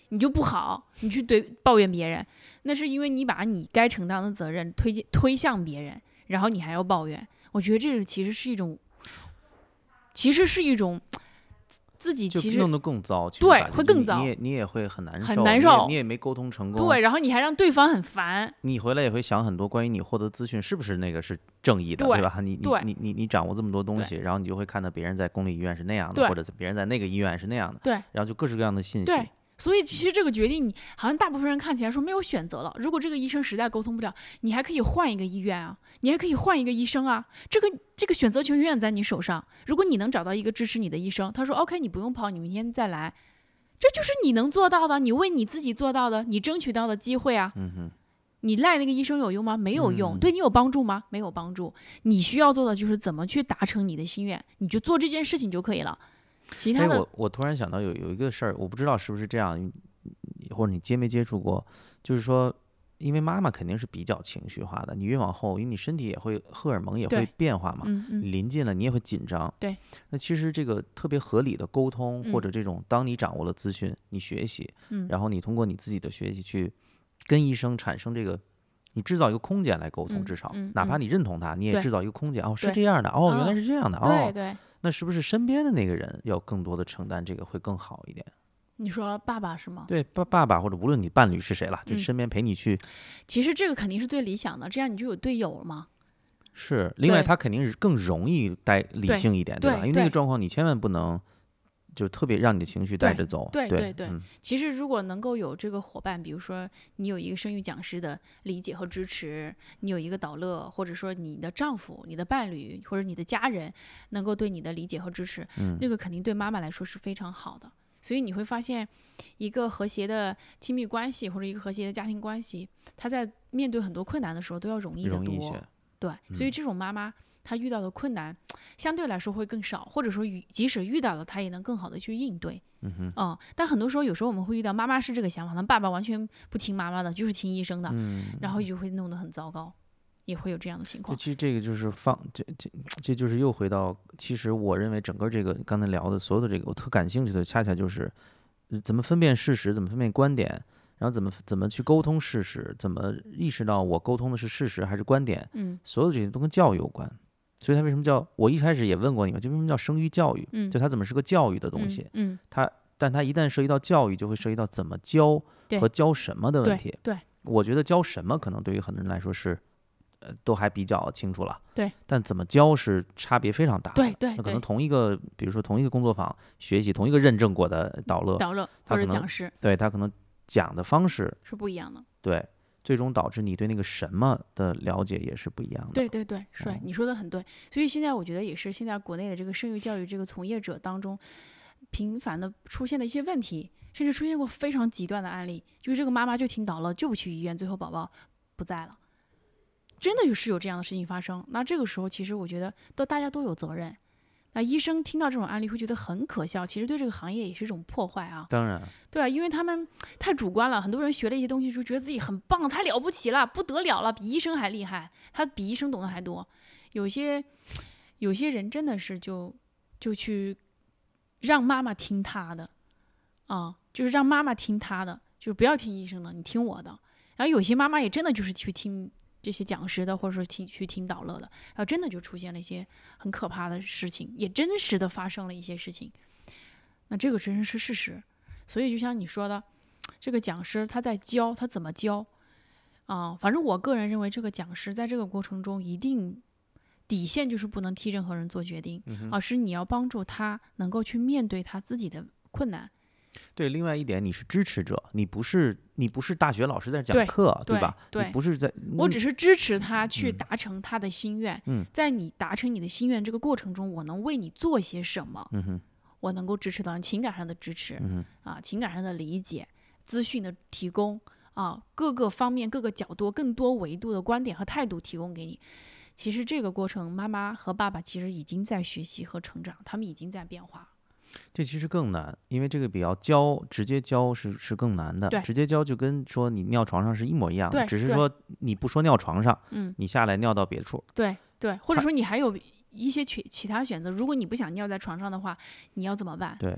你就不好，你去对抱怨别人，那是因为你把你该承担的责任推荐推向别人，然后你还要抱怨。我觉得这个其实是一种，其实是一种自己其实就弄得更糟，其实对， 吧会更糟， 你也你也会很难受， 很难受， 你也，你也没沟通成功， 对，然后你还让对方很烦， 你回来也会想很多关于你获得资讯是不是那个是正义的，对, 对吧？你你你你你掌握这么多东西，然后你就会看到别人在公立医院是那样的，或者别人在那个医院是那样的， 对， 然后就各式各样的信息。 对，所以其实这个决定，你好像大部分人看起来说没有选择了。如果这个医生实在沟通不了，你还可以换一个医院啊，你还可以换一个医生啊，这个这个选择权永远在你手上。如果你能找到一个支持你的医生，他说 OK， 你不用跑，你明天再来，这就是你能做到的，你为你自己做到的，你争取到的机会啊。 嗯哼， 你赖那个医生有用吗？没有用。 嗯、 对你有帮助吗？没有帮助。你需要做的就是怎么去达成你的心愿，你就做这件事情就可以了。其他的， 哎、我我突然想到有有一个事儿，我不知道是不是这样，或者你接没接触过，就是说，因为妈妈肯定是比较情绪化的，你越往后，因为你身体也会荷尔蒙也会变化嘛， 嗯嗯、 临近了你也会紧张。 对， 那其实这个特别合理的沟通， 嗯、 或者这种当你掌握了资讯，你学习， 嗯、 然后你通过你自己的学习去跟医生产生这个。你制造一个空间来沟通，至少、 嗯嗯、 哪怕你认同他，你也制造一个空间。哦，是这样的， 哦， 原来是这样的，哦， 对对。 那是不是身边的那个人要更多的承担这个会更好一点？ 你说爸爸是吗？ 对，爸爸爸或者无论你伴侣是谁了，就身边陪你去、 嗯。其实这个肯定是最理想的，这样你就有队友了嘛。 是，另外他肯定是更容易带理性一点， 对, 对吧？因为那个状况你千万不能。就特别让你的情绪带着走， 对对 对, 对、 嗯。 其实如果能够有这个伙伴，比如说你有一个生育讲师的理解和支持，你有一个导乐，或者说你的丈夫、你的伴侣或者你的家人能够对你的理解和支持， 嗯， 这个肯定对妈妈来说是非常好的。所以你会发现，一个和谐的亲密关系或者一个和谐的家庭关系，他在面对很多困难的时候都要容易得多。 容易一些， 对，所以这种妈妈。他遇到的困难相对来说会更少，或者说即使遇到了他也能更好的去应对。 嗯哼， 嗯，但很多时候有时候我们会遇到妈妈是这个想法，那爸爸完全不听妈妈的，就是听医生的， 嗯， 然后就会弄得很糟糕，也会有这样的情况。 其实这个就是放这这这就是又回到，其实我认为整个这个刚才聊的所有的这个我特感兴趣的，恰恰就是怎么分辨事实，怎么分辨观点，然后怎么怎么去沟通事实，怎么意识到我沟通的是事实还是观点。 嗯， 所有这些都跟教育有关。所以它为什么叫，我一开始也问过你们，就为什么叫生育教育？ 嗯， 就它怎么是个教育的东西？ 嗯，嗯它但它一旦涉及到教育，就会涉及到怎么教和教什么的问题。 对，对我觉得教什么可能对于很多人来说是，呃，都还比较清楚了。 对， 但怎么教是差别非常大的。 对对， 那可能同一个，比如说同一个工作坊学习，同一个认证过的导乐， 导乐或者讲师， 对他可能讲的方式是不一样的。 对。最终导致你对那个什么的了解也是不一样的。 对对对，是、嗯、你说的很对。所以现在我觉得也是现在国内的这个生育教育这个从业者当中频繁的出现的一些问题，甚至出现过非常极端的案例，就是这个妈妈就听导了就不去医院，最后宝宝不在了，真的就是有这样的事情发生。那这个时候其实我觉得都大家都有责任。那医生听到这种案例会觉得很可笑，其实对这个行业也是一种破坏啊。 当然， 对啊，因为他们太主观了，很多人学了一些东西就觉得自己很棒，太了不起了，不得了了，比医生还厉害，他比医生懂得还多。有些有些人真的是就就去让妈妈听他的啊，就是让妈妈听他的，就是不要听医生的，你听我的。然后有些妈妈也真的就是去听这些讲师的，或者说听去听导乐的，然后真的就出现了一些很可怕的事情，也真实的发生了一些事情。那这个真是事实。所以就像你说的，这个讲师他在教，他怎么教啊？反正我个人认为，这个讲师在这个过程中一定底线就是不能替任何人做决定， 嗯、 而是你要帮助他能够去面对他自己的困难。 对，另外一点，你是支持者，你不是你不是大学老师在讲课， 对, 对吧？ 对， 你不是在， 我只是支持他去达成他的心愿。 嗯， 在你达成你的心愿这个过程中，我能为你做些什么？ 嗯哼， 我能够支持到情感上的支持， 嗯啊，情感上的理解，资讯的提供啊，各个方面、各个角度、更多维度的观点和态度提供给你。其实这个过程，妈妈和爸爸其实已经在学习和成长，他们已经在变化。 这其实更难，因为这个比较教直接教是是更难的。直接教就跟说你尿床上是一模一样的，只是说你不说尿床上， 嗯， 你下来尿到别处。 对对，或者说你还有一些其其他选择。如果你不想尿在床上的话，你要怎么办？ 对，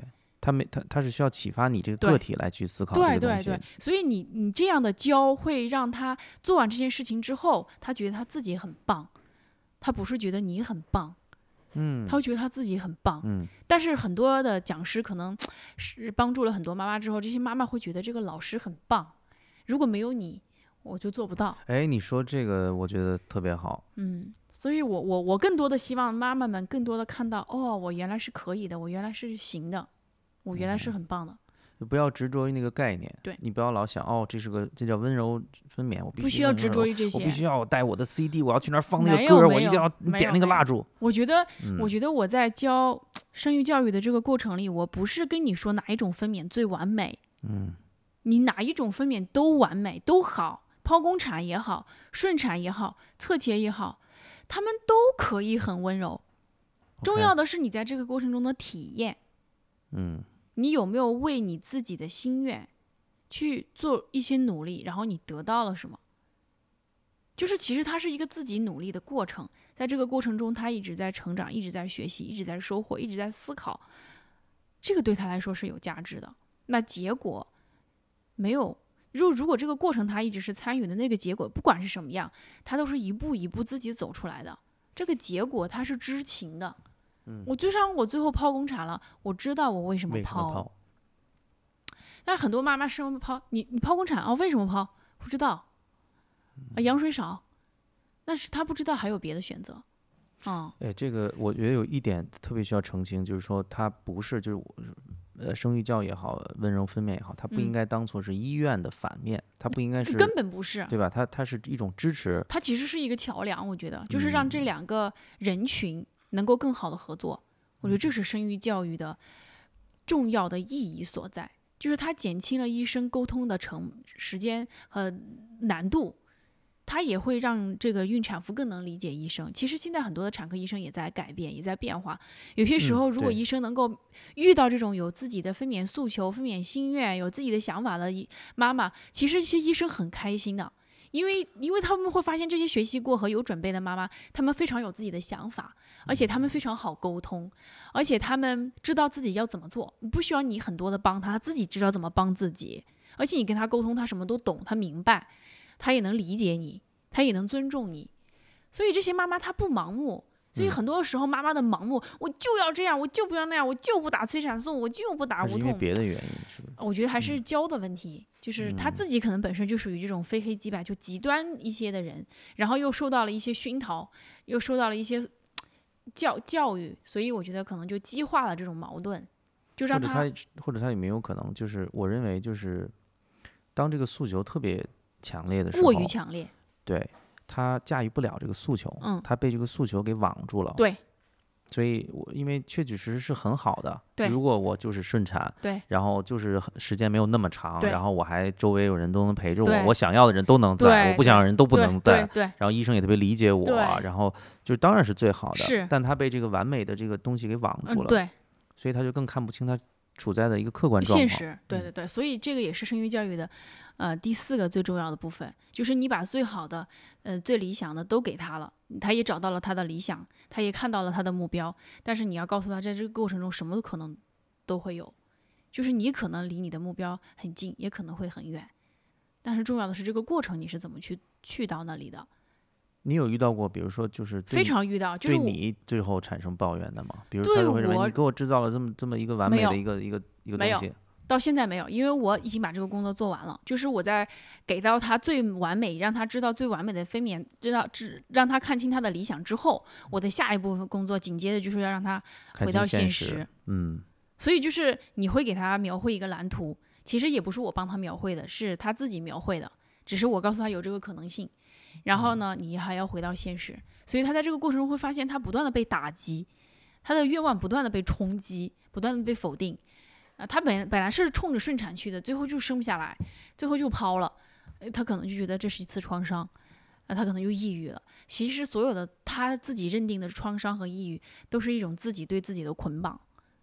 他没他他是需要启发你这个对个体来去思考这对个东西。 对对，所以你你这样的教会让他做完这件事情之后，他觉得他自己很棒，他不是觉得你很棒， 嗯， 他会觉得他自己很棒。 嗯， 但是很多的讲师可能是帮助了很多妈妈之后，这些妈妈会觉得这个老师很棒，如果没有你，我就做不到。 哎，你说这个我觉得特别好。 嗯，所以我我我更多的希望妈妈们更多的看到，哦，我原来是可以的，我原来是行的，我原来是很棒的。 不要执着于那个概念， 对， 你不要老想哦，这是个这叫温柔分娩，我必须不需要执着于这些， 我必须要带我的 C D， 我要去那儿放那个歌， 我一定要点那个蜡烛。 我觉得， 嗯、 我觉得我在教生育教育的这个过程里，我不是跟你说哪一种分娩最完美， 嗯， 你哪一种分娩都完美都好，剖宫产也好，顺产也好，侧切也好，他们都可以很温柔。 Okay. 重要的是你在这个过程中的体验， 嗯。 你有没有为你自己的心愿去做一些努力，然后你得到了什么？就是其实它是一个自己努力的过程，在这个过程中他一直在成长，一直在学习，一直在收获，一直在思考，这个对他来说是有价值的。那结果没有，如如果这个过程他一直是参与的，那个结果不管是什么样，他都是一步一步自己走出来的，这个结果他是知情的。 嗯、 我就像我最后剖宫产了，我知道我为什么剖。 为什么剖？ 但很多妈妈生剖，你你剖宫产哦，为什么剖？不知道，啊，羊水少，但是他不知道还有别的选择。嗯， 哎，这个我觉得有一点特别需要澄清，就是说它不是就是呃生育教育也好，温柔分娩也好，它不应该当做是医院的反面，嗯、它不应该是根本不是， 对吧？它它是一种支持， 它其实是一个桥梁，我觉得就是让这两个人群能够更好的合作。嗯、我觉得这是生育教育的重要的意义所在，就是它减轻了医生沟通的成时间和难度。它也会让这个孕产妇更能理解医生。其实现在很多的产科医生也在改变，也在变化。有些时候，如果医生能够遇到这种有自己的分娩诉求、分娩心愿、有自己的想法的妈妈，其实这些医生很开心的，因为因为他们会发现这些学习过和有准备的妈妈，他们非常有自己的想法，而且他们非常好沟通，而且他们知道自己要怎么做，不需要你很多的帮他，他自己知道怎么帮自己。而且你跟他沟通，他什么都懂，他明白。他也能理解你，他也能尊重你，所以这些妈妈她不盲目。所以很多时候妈妈的盲目，嗯、我就要这样，我就不要那样，我就不打催产素，我就不打无痛。 是因为别的原因是吧？ 我觉得还是教的问题，嗯、就是他自己可能本身就属于这种非黑即白，就极端一些的人，然后又受到了一些熏陶，又受到了一些教教育，所以我觉得可能就激化了这种矛盾，就让他或者他或者他有没有可能就是我认为就是当这个诉求特别强烈的时候， 过于强烈， 对，他驾驭不了这个诉求， 嗯， 他被这个诉求给网住了， 对， 所以我因为确确实实是很好的， 对， 如果我就是顺产， 对， 然后就是时间没有那么长， 对， 然后我还周围有人都能陪着对我，我想要的人都能在，我不想要的人都不能在， 对，对， 然后医生也特别理解我，然后就当然是最好的， 是， 但他被这个完美的这个东西给网住了， 嗯、对， 所以他就更看不清他处在的一个客观状况， 现实，对对对，所以这个也是生育教育的，呃，第四个最重要的部分，就是你把最好的，呃，最理想的都给他了，他也找到了他的理想，他也看到了他的目标，但是你要告诉他，在这个过程中什么都可能都会有，就是你可能离你的目标很近，也可能会很远，但是重要的是这个过程你是怎么去去到那里的。 你有遇到过，比如说就是非常遇到，就是对你最后产生抱怨的吗？比如他就会认为你给我制造了这么这么一个完美的一个一个一个东西。 到现在没有，因为我已经把这个工作做完了。就是我在给到他最完美，让他知道最完美的分娩，知道知让他看清他的理想之后，我的下一部分工作紧接着就是要让他回到现实。 现实嗯， 所以就是你会给他描绘一个蓝图，其实也不是我帮他描绘的，是他自己描绘的，只是我告诉他有这个可能性。然后呢，你还要回到现实，所以他在这个过程中会发现，他不断的被打击，他的愿望不断的被冲击，不断的被否定。啊、呃，他本本来是冲着顺产去的，最后就生不下来，最后就抛了，他可能就觉得这是一次创伤，啊、呃，他可能就抑郁了。其实所有的他自己认定的创伤和抑郁，都是一种自己对自己的捆绑。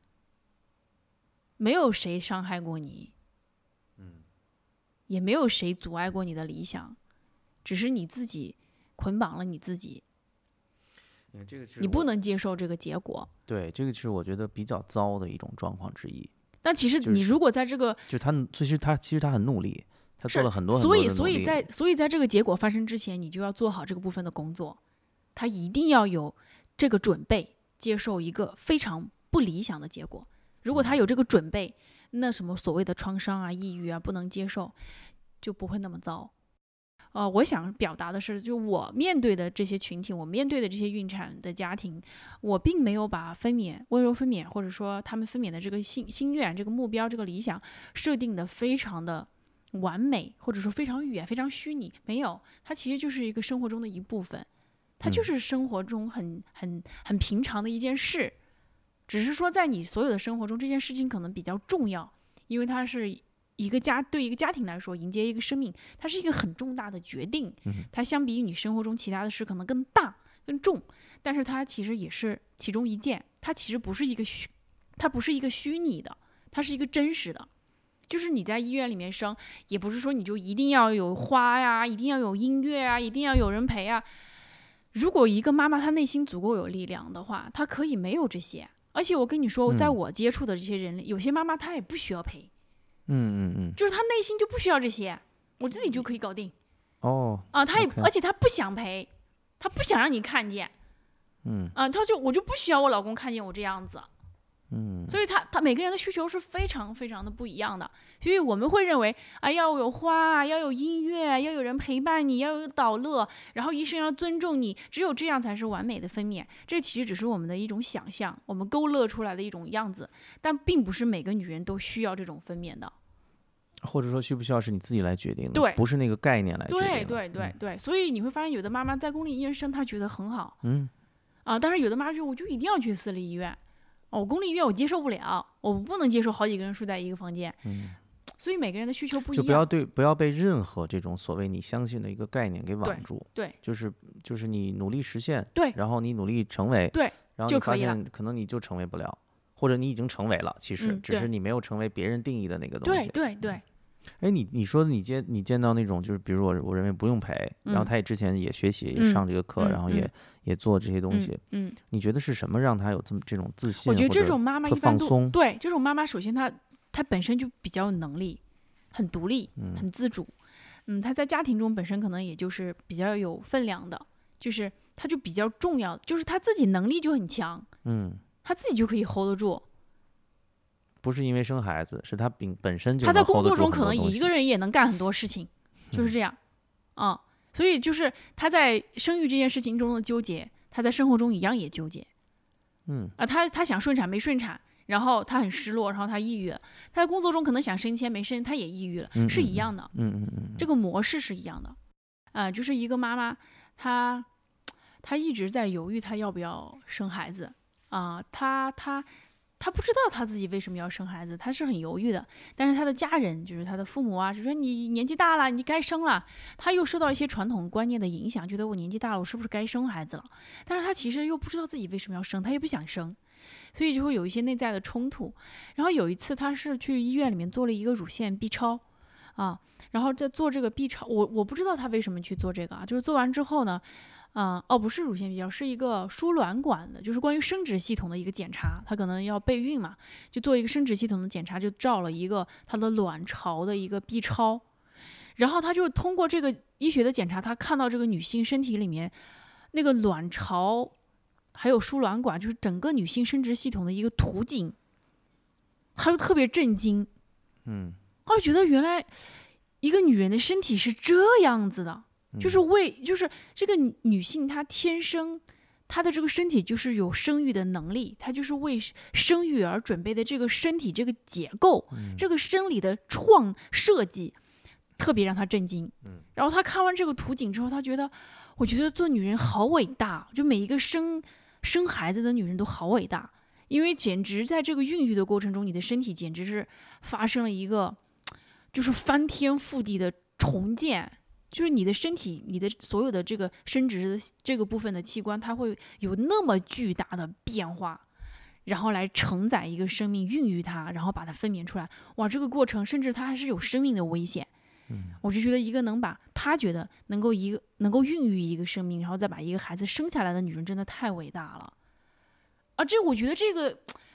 没有谁伤害过你，嗯，也没有谁阻碍过你的理想。只是你自己捆绑了你自己， 这个是你不能接受这个结果。 对，这个是我觉得比较糟的一种状况之一。 但其实就是你如果在这个， 就他其实他其实他很努力，他做了很多很多所以的努力。 所以在所以在这个结果发生之前，你就要做好这个部分的工作，他一定要有这个准备，接受一个非常不理想的结果。如果他有这个准备，那什么所谓的创伤啊、抑郁啊，不能接受，就不会那么糟。呃，我想表达的是，就我面对的这些群体，我面对的这些孕产的家庭，我并没有把分娩、温柔分娩，或者说他们分娩的这个心心愿、这个目标、这个理想设定的非常的完美，或者说非常远、非常虚拟。没有，它其实就是一个生活中的一部分，它就是生活中很很很平常的一件事，只是说在你所有的生活中，这件事情可能比较重要，因为它是一个家对一个家庭来说，迎接一个生命，它是一个很重大的决定。它相比于你生活中其他的事可能更大更重，但是它其实也是其中一件。它其实不是一个虚，它不是一个虚拟的，它是一个真实的。就是你在医院里面生，也不是说你就一定要有花呀，一定要有音乐啊，一定要有人陪啊。如果一个妈妈她内心足够有力量的话，她可以没有这些。而且我跟你说，在我接触的这些人里，嗯、有些妈妈她也不需要陪。 嗯嗯嗯， 就是他内心就不需要这些，我自己就可以搞定。 哦， 啊，他也 okay. 而且他不想陪，他不想让你看见。 嗯啊，他就我就不需要我老公看见我这样子。 嗯， 所以他他每个人的需求是非常非常的不一样的。所以我们会认为啊，要有花，要有音乐，要有人陪伴你，要有导乐，然后医生要尊重你，只有这样才是完美的分娩。这其实只是我们的一种想象，我们勾勒出来的一种样子，但并不是每个女人都需要这种分娩的。 或者说需不需要是你自己来决定的， 对， 不是那个概念来决定的。 对对对对、嗯，所以你会发现有的妈妈在公立医院生，她觉得很好， 嗯， 啊，但是有的妈妈就我就一定要去私立医院，哦，我公立医院我接受不了，我不能接受好几个人睡在一个房间， 嗯， 所以每个人的需求不一样， 就不要对不要被任何这种所谓你相信的一个概念给网住， 对，对就是就是你努力实现， 对， 然后你努力成为， 对， 然后你发现可能你就成为不了，或者你已经成为了，其实、 嗯、 只是你没有成为别人定义的那个东西， 对对对。 哎，你你说你见你见到那种就是比如我我认为不用陪、嗯，然后他也之前也学习、嗯、也上这个课、嗯，然后也、嗯、也做这些东西， 嗯， 你觉得是什么让他有这么这种自信？ 我觉得这种妈妈一般都对这种妈妈，首先她她本身就比较有能力，很独立，很自主，嗯，她在家庭中本身可能也就是比较有分量的，就是她就比较重要，就是她自己能力就很强， 嗯， 她自己就可以 hold 得住。 不是因为生孩子，是他本本身就他在工作中可能一个人也能干很多事情，就是这样，啊、嗯，所以就是他在生育这件事情中的纠结，他在生活中一样也纠结， 嗯啊，他他想顺产没顺产，然后他很失落，然后他抑郁了；他在工作中可能想升迁没升，他也抑郁了， 嗯、 是一样的， 嗯嗯嗯， 这个模式是一样的，啊、呃，就是一个妈妈，她她一直在犹豫，她要不要生孩子啊、呃，她她。他不知道他自己为什么要生孩子，他是很犹豫的。但是他的家人，就是他的父母啊，就说你年纪大了，你该生了。他又受到一些传统观念的影响，觉得我年纪大了，我是不是该生孩子了？但是他其实又不知道自己为什么要生，他也不想生，所以就会有一些内在的冲突。然后有一次，他是去医院里面做了一个乳腺 B 超啊，然后在做这个 B 超，我我不知道他为什么去做这个啊，就是做完之后呢。嗯，哦，不是乳腺 B 超，是一个输卵管的，就是关于生殖系统的一个检查。她可能要备孕嘛，就做一个生殖系统的检查，就照了一个她的卵巢的一个 B 超，然后她就通过这个医学的检查，她看到这个女性身体里面那个卵巢还有输卵管，就是整个女性生殖系统的一个图景，她就特别震惊， 嗯， 她就觉得原来一个女人的身体是这样子的。就是为，就是这个女性，她天生，她的这个身体就是有生育的能力，她就是为生育而准备的这个身体这个结构， 嗯、 这个生理的创设计，特别让她震惊。 嗯、 然后她看完这个图景之后，她觉得，我觉得做女人好伟大，就每一个生生孩子的女人都好伟大，因为简直在这个孕育的过程中，你的身体简直是发生了一个，就是翻天覆地的重建。就是你的身体，你的所有的这个生殖的这个部分的器官，它会有那么巨大的变化，然后来承载一个生命，孕育它，然后把它分娩出来。哇，这个过程甚至它还是有生命的危险。 嗯， 我就觉得一个能把她觉得能够一个能够孕育一个生命，然后再把一个孩子生下来的女人，真的太伟大了。啊，这我觉得这个，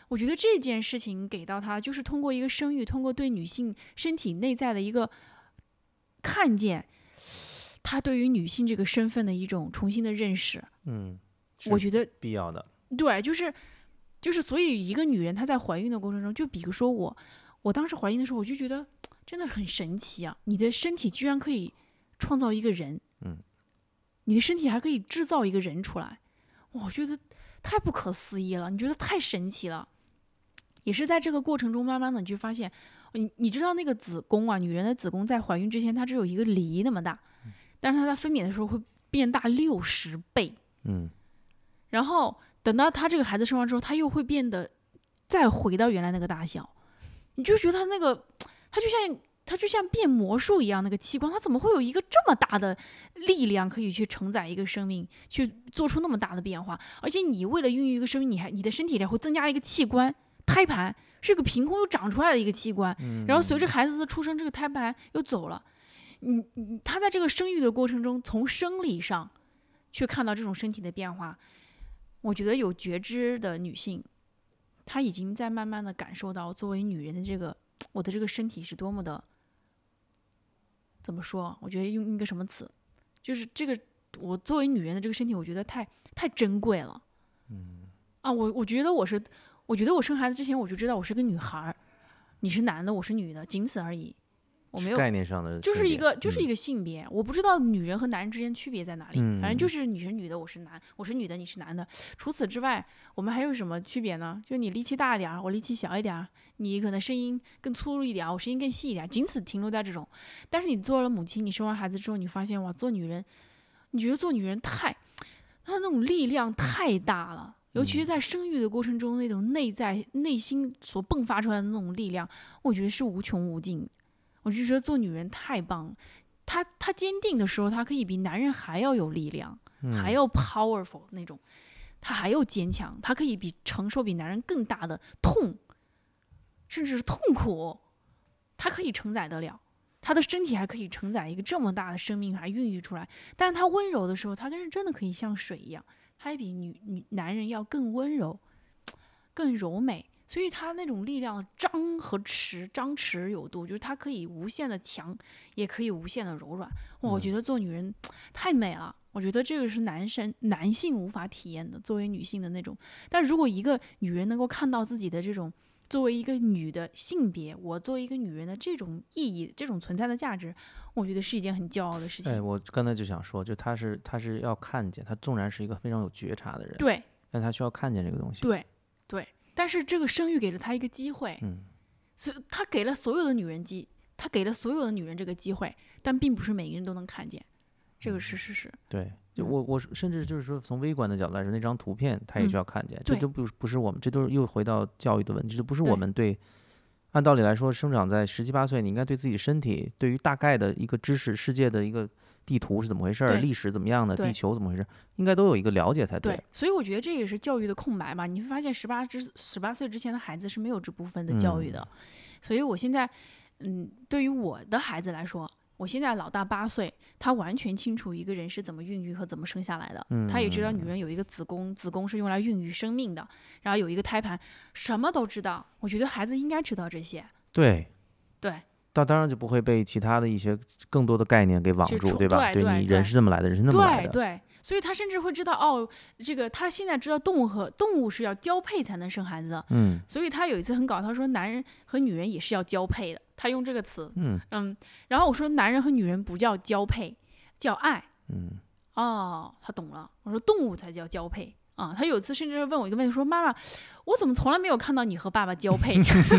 我觉得这件事情给到他，就是通过一个生育，通过对女性身体内在的一个看见，他对于女性这个身份的一种重新的认识。 嗯， 我觉得必要的。 对，就是就是，所以一个女人她在怀孕的过程中，就比如说我，我当时怀孕的时候，我就觉得真的很神奇啊！你的身体居然可以创造一个人， 嗯， 你的身体还可以制造一个人出来，我觉得太不可思议了，你觉得太神奇了。也是在这个过程中，慢慢的你就发现，你你知道那个子宫啊，女人的子宫在怀孕之前，它只有一个梨那么大，但是它在分娩的时候会变大六十倍， 嗯， 然后等到她这个孩子生完之后，她又会变得再回到原来那个大小，你就觉得它那个，它就像它就像变魔术一样，那个器官它怎么会有一个这么大的力量可以去承载一个生命，去做出那么大的变化？而且你为了孕育一个生命，你还你的身体里会增加一个器官。胎盘是个凭空又长出来的一个器官，然后随着孩子的出生，这个胎盘又走了。你你他在这个生育的过程中，从生理上去看到这种身体的变化，我觉得有觉知的女性，她已经在慢慢的感受到作为女人的这个我的这个身体是多么的，怎么说？我觉得用一个什么词，就是这个我作为女人的这个身体，我觉得太太珍贵了。 嗯啊，我我觉得我是。我觉得我生孩子之前我就知道我是个女孩，你是男的，我是女的，仅此而已。我没有概念上的， 就是一个就是一个性别、嗯，我不知道女人和男人之间区别在哪里、 嗯， 反正就是你是女的，我是男，我是女的，你是男的。除此之外，我们还有什么区别呢？就你力气大一点，我力气小一点，你可能声音更粗鲁一点，我声音更细一点，仅此停留在这种。但是你做了母亲，你生完孩子之后，你发现哇，做女人，你觉得做女人太，她那种力量太大了。尤其是在生育的过程中，那种内在内心所迸发出来的那种力量，我觉得是无穷无尽。我就觉得做女人太棒了，她她坚定的时候，她可以比男人还要有力量， 嗯、 还要 powerful 那种，她还要坚强，她可以比承受比男人更大的痛，甚至是痛苦，她可以承载得了。她的身体还可以承载一个这么大的生命，还孕育出来。但是她温柔的时候，她跟真的可以像水一样。他也比女女男人要更温柔，更柔美，所以他那种力量张和弛，张弛有度，就是他可以无限的强，也可以无限的柔软。哇，我觉得做女人太美了，我觉得这个是男生男性无法体验的，作为女性的那种。但如果一个女人能够看到自己的这种作为一个女的性别，我作为一个女人的这种意义，这种存在的价值，我觉得是一件很骄傲的事情。 哎，我刚才就想说，就他是他是要看见，他纵然是一个非常有觉察的人， 对， 但他需要看见这个东西。 对对，但是这个生育给了他一个机会， 嗯， 所以他给了所有的女人机，他给了所有的女人这个机会，但并不是每个人都能看见，这个是事实。 对，就我我甚至就是说，从微观的角度来说，那张图片他也需要看见，嗯、这都不不是我们，这都是又回到教育的问题，这不是我们对。按道理来说，生长在十七八岁，你应该对自己身体，对于大概的一个知识、世界的一个地图是怎么回事，历史怎么样的，地球怎么回事，应该都有一个了解才对。 对，所以我觉得这也是教育的空白嘛。你会发现，十八之十八岁之前的孩子是没有这部分的教育的。嗯、所以我现在，嗯，对于我的孩子来说，我现在老大八岁，他完全清楚一个人是怎么孕育和怎么生下来的。 嗯、 他也知道女人有一个子宫，子宫是用来孕育生命的，然后有一个胎盘，什么都知道。我觉得孩子应该知道这些。 对， 对。 那当然就不会被其他的一些更多的概念给网住，对吧？ 对对，你人是这么来的，人是那么来的。 对对，所以他甚至会知道，哦，这个他现在知道动物和动物是要交配才能生孩子的。 嗯。 所以他有一次很搞笑，他说男人和女人也是要交配的，他用这个词。 嗯嗯。然后我说男人和女人不叫交配，叫爱。 嗯。 哦，他懂了。我说动物才叫交配。啊、嗯，他有一次甚至问我一个问题，说妈妈，我怎么从来没有看到你和爸爸交配？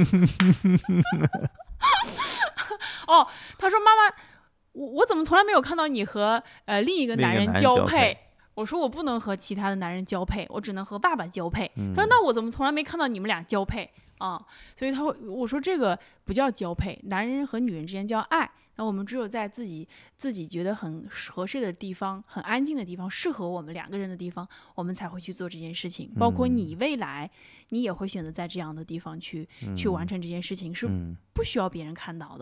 哦，他说妈妈，我我怎么从来没有看到你和呃另一个男人交配？我说我不能和其他的男人交配，我只能和爸爸交配。 嗯、 他说那我怎么从来没看到你们俩交配啊、嗯？所以他会我说这个不叫交配，男人和女人之间叫爱。那我们只有在自己自己觉得很合适的地方、很安静的地方、适合我们两个人的地方，我们才会去做这件事情。包括你未来，嗯、你也会选择在这样的地方去、嗯、去完成这件事情，是不需要别人看到的。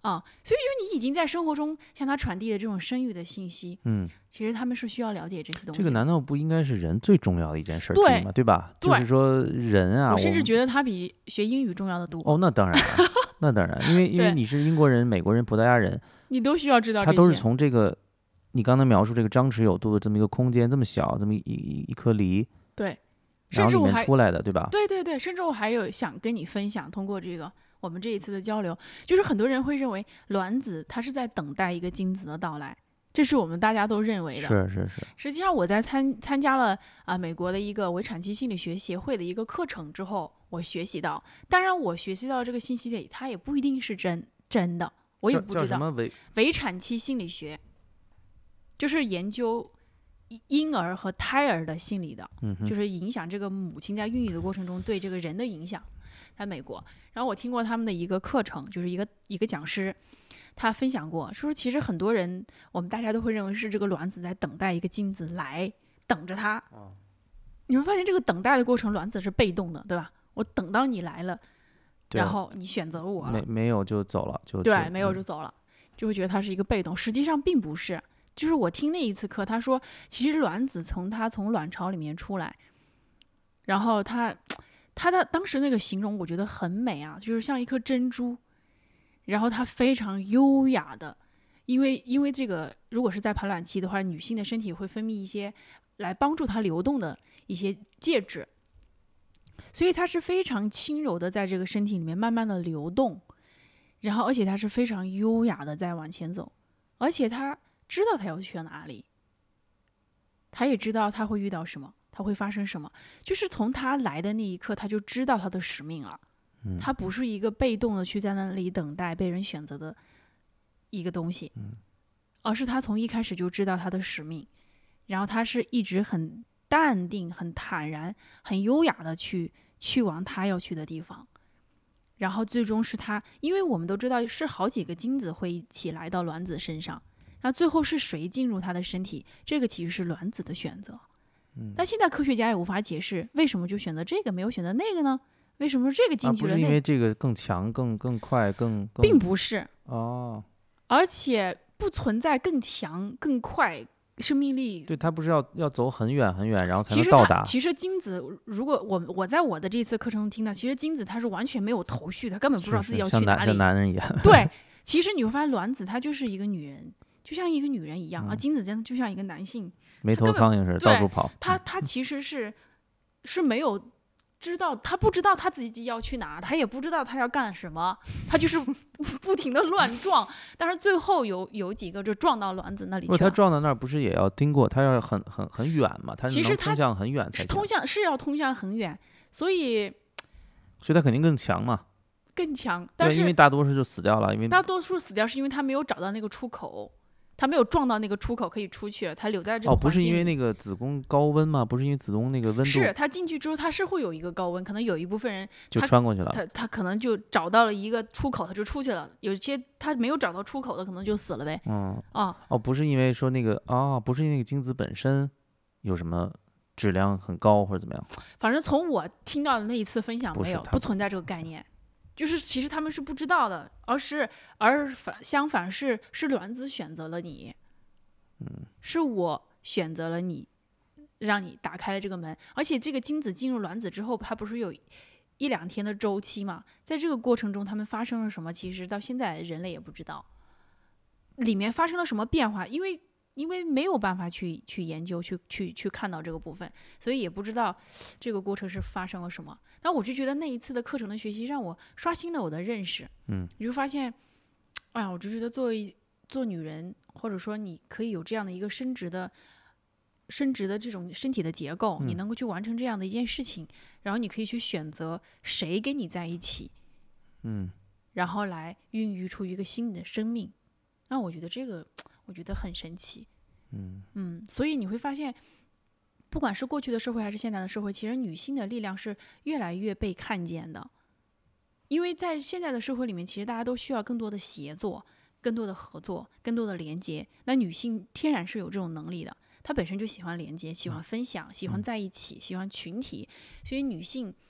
啊、所以就你已经在生活中向他传递的这种生育的信息， 嗯， 其实他们是需要了解这些东西的。 这个难道不应该是人最重要的一件事之对一吗？对吧？ 对就是说人啊， 我甚至们觉得他比学英语重要的多。 哦，那当然了，那当然，因为因为对你是英国人、美国人、葡萄牙人， 你都需要知道这些。 他都是从这个你刚才描述这个张弛有度的这么一个空间，这么小，这么一一一颗梨， 对， 然后里甚至我还面出来的，对吧？ 对对对，甚至我还有想跟你分享，通过这个我们这一次的交流，就是很多人会认为卵子它是在等待一个精子的到来，这是我们大家都认为的。 是是是。 实际上我在参参加了啊、呃、美国的一个围产期心理学协会的一个课程之后，我学习到，当然我学习到这个信息点，它也不一定是真真的，我也不知道。 叫什么围围产期心理学就是研究婴儿和胎儿的心理的， 嗯哼， 就是影响这个母亲在孕育的过程中对这个人的影响，在美国。然后我听过他们的一个课程，就是一个一个讲师，他分享过，说其实很多人我们大家都会认为是这个卵子在等待一个精子来，等着它。 哦你会发现这个等待的过程，卵子是被动的，对吧？我等到你来了， 对然后你选择了我了， 没没有就走了，就对， 就没有就嗯走了，就会觉得它是一个被动，实际上并不是。就是我听那一次课，他说，其实卵子从它从卵巢里面出来，然后它它的当时那个形容我觉得很美啊，就是像一颗珍珠，然后它非常优雅的，因为因为这个如果是在排卵期的话，女性的身体会分泌一些来帮助它流动的一些介质，所以它是非常轻柔的在这个身体里面慢慢的流动，然后而且它是非常优雅的在往前走，而且它知道它要去哪里，他也知道他会遇到什么，他会发生什么，就是从他来的那一刻，他就知道他的使命了。 嗯他不是一个被动的去在那里等待被人选择的一个东西， 嗯而是他从一开始就知道他的使命，然后他是一直很淡定、很坦然、很优雅的去去往他要去的地方。然后最终是他，因为我们都知道是好几个精子会一起来到卵子身上，然后最后是谁进入他的身体，这个其实是卵子的选择。 嗯但现在科学家也无法解释为什么就选择这个没有选择那个呢？为什么这个啊， 进去了那个？ 不是因为这个更强、更更快、更更并不是， 哦， 而且不存在更强、更快生命力。 对，他不是要要走很远很远，然后才其实它能到达。 其实精子，如果我我在我的这次课程中听到，其实精子它是完全没有头绪，它根本不知道是自己要是像男像去哪里。 男人一样。 对，其实你会发现卵子它就是一个女人，就像一个女人一样、啊， 嗯精子真的就像一个男性， 没头根本苍蝇似的对到处跑。 他他其实是是没有知道，他不知道他自己要去哪，他也不知道他要干什么，他就是不停的乱撞，但是最后有有几个就撞到卵子那里如果他去了。 撞到那儿，不是也要经过？他要很很很远嘛？他是其实他能通向很远才行， 是通向是要通向很远，所以所以他肯定更强嘛。 更强。但对，因为是大多数就死掉了，因为大多数死掉是因为他没有找到那个出口，他没有撞到那个出口可以出去，他留在这个哦，不是因为环境里。 那个子宫高温吗？不是因为子宫那个温度是他进去之后，他是会有一个高温，可能有一部分人就他穿过去了。 他他可能就找到了一个出口，他就出去了。有些他没有找到出口的，可能就死了呗。 嗯， 啊， 哦，不是因为说那个哦，不是因为那个精子本身有什么质量很高或者怎么样。 反正从我听到的那一次分享没有， 不是他不存在这个概念。就是其实他们是不知道的，而是而反相反是是卵子选择了你， 嗯， 是我选择了你，让你打开了这个门。而且这个精子进入卵子之后，它不是有一两天的周期嘛？在这个过程中，他们发生了什么？其实到现在人类也不知道，里面发生了什么变化，因为因为没有办法去去研究，去去去看到这个部分，所以也不知道这个过程是发生了什么。那我就觉得那一次的课程的学习让我刷新了我的认识。 嗯， 你就发现，哎呀，我就觉得作为做女人，或者说你可以有这样的一个生殖的。生殖的这种身体的结构， 嗯你能够去完成这样的一件事情，然后你可以去选择谁跟你在一起， 嗯， 然后来孕育出一个新的生命。那我觉得这个，我觉得很神奇。 嗯嗯，所以你会发现，不管是过去的社会还是现在的社会，其实女性的力量是越来越被看见的。因为在现在的社会里面，其实大家都需要更多的协作、更多的合作、更多的连接。那女性天然是有这种能力的，她本身就喜欢连接、喜欢分享、喜欢在一起、喜欢群体，所以女性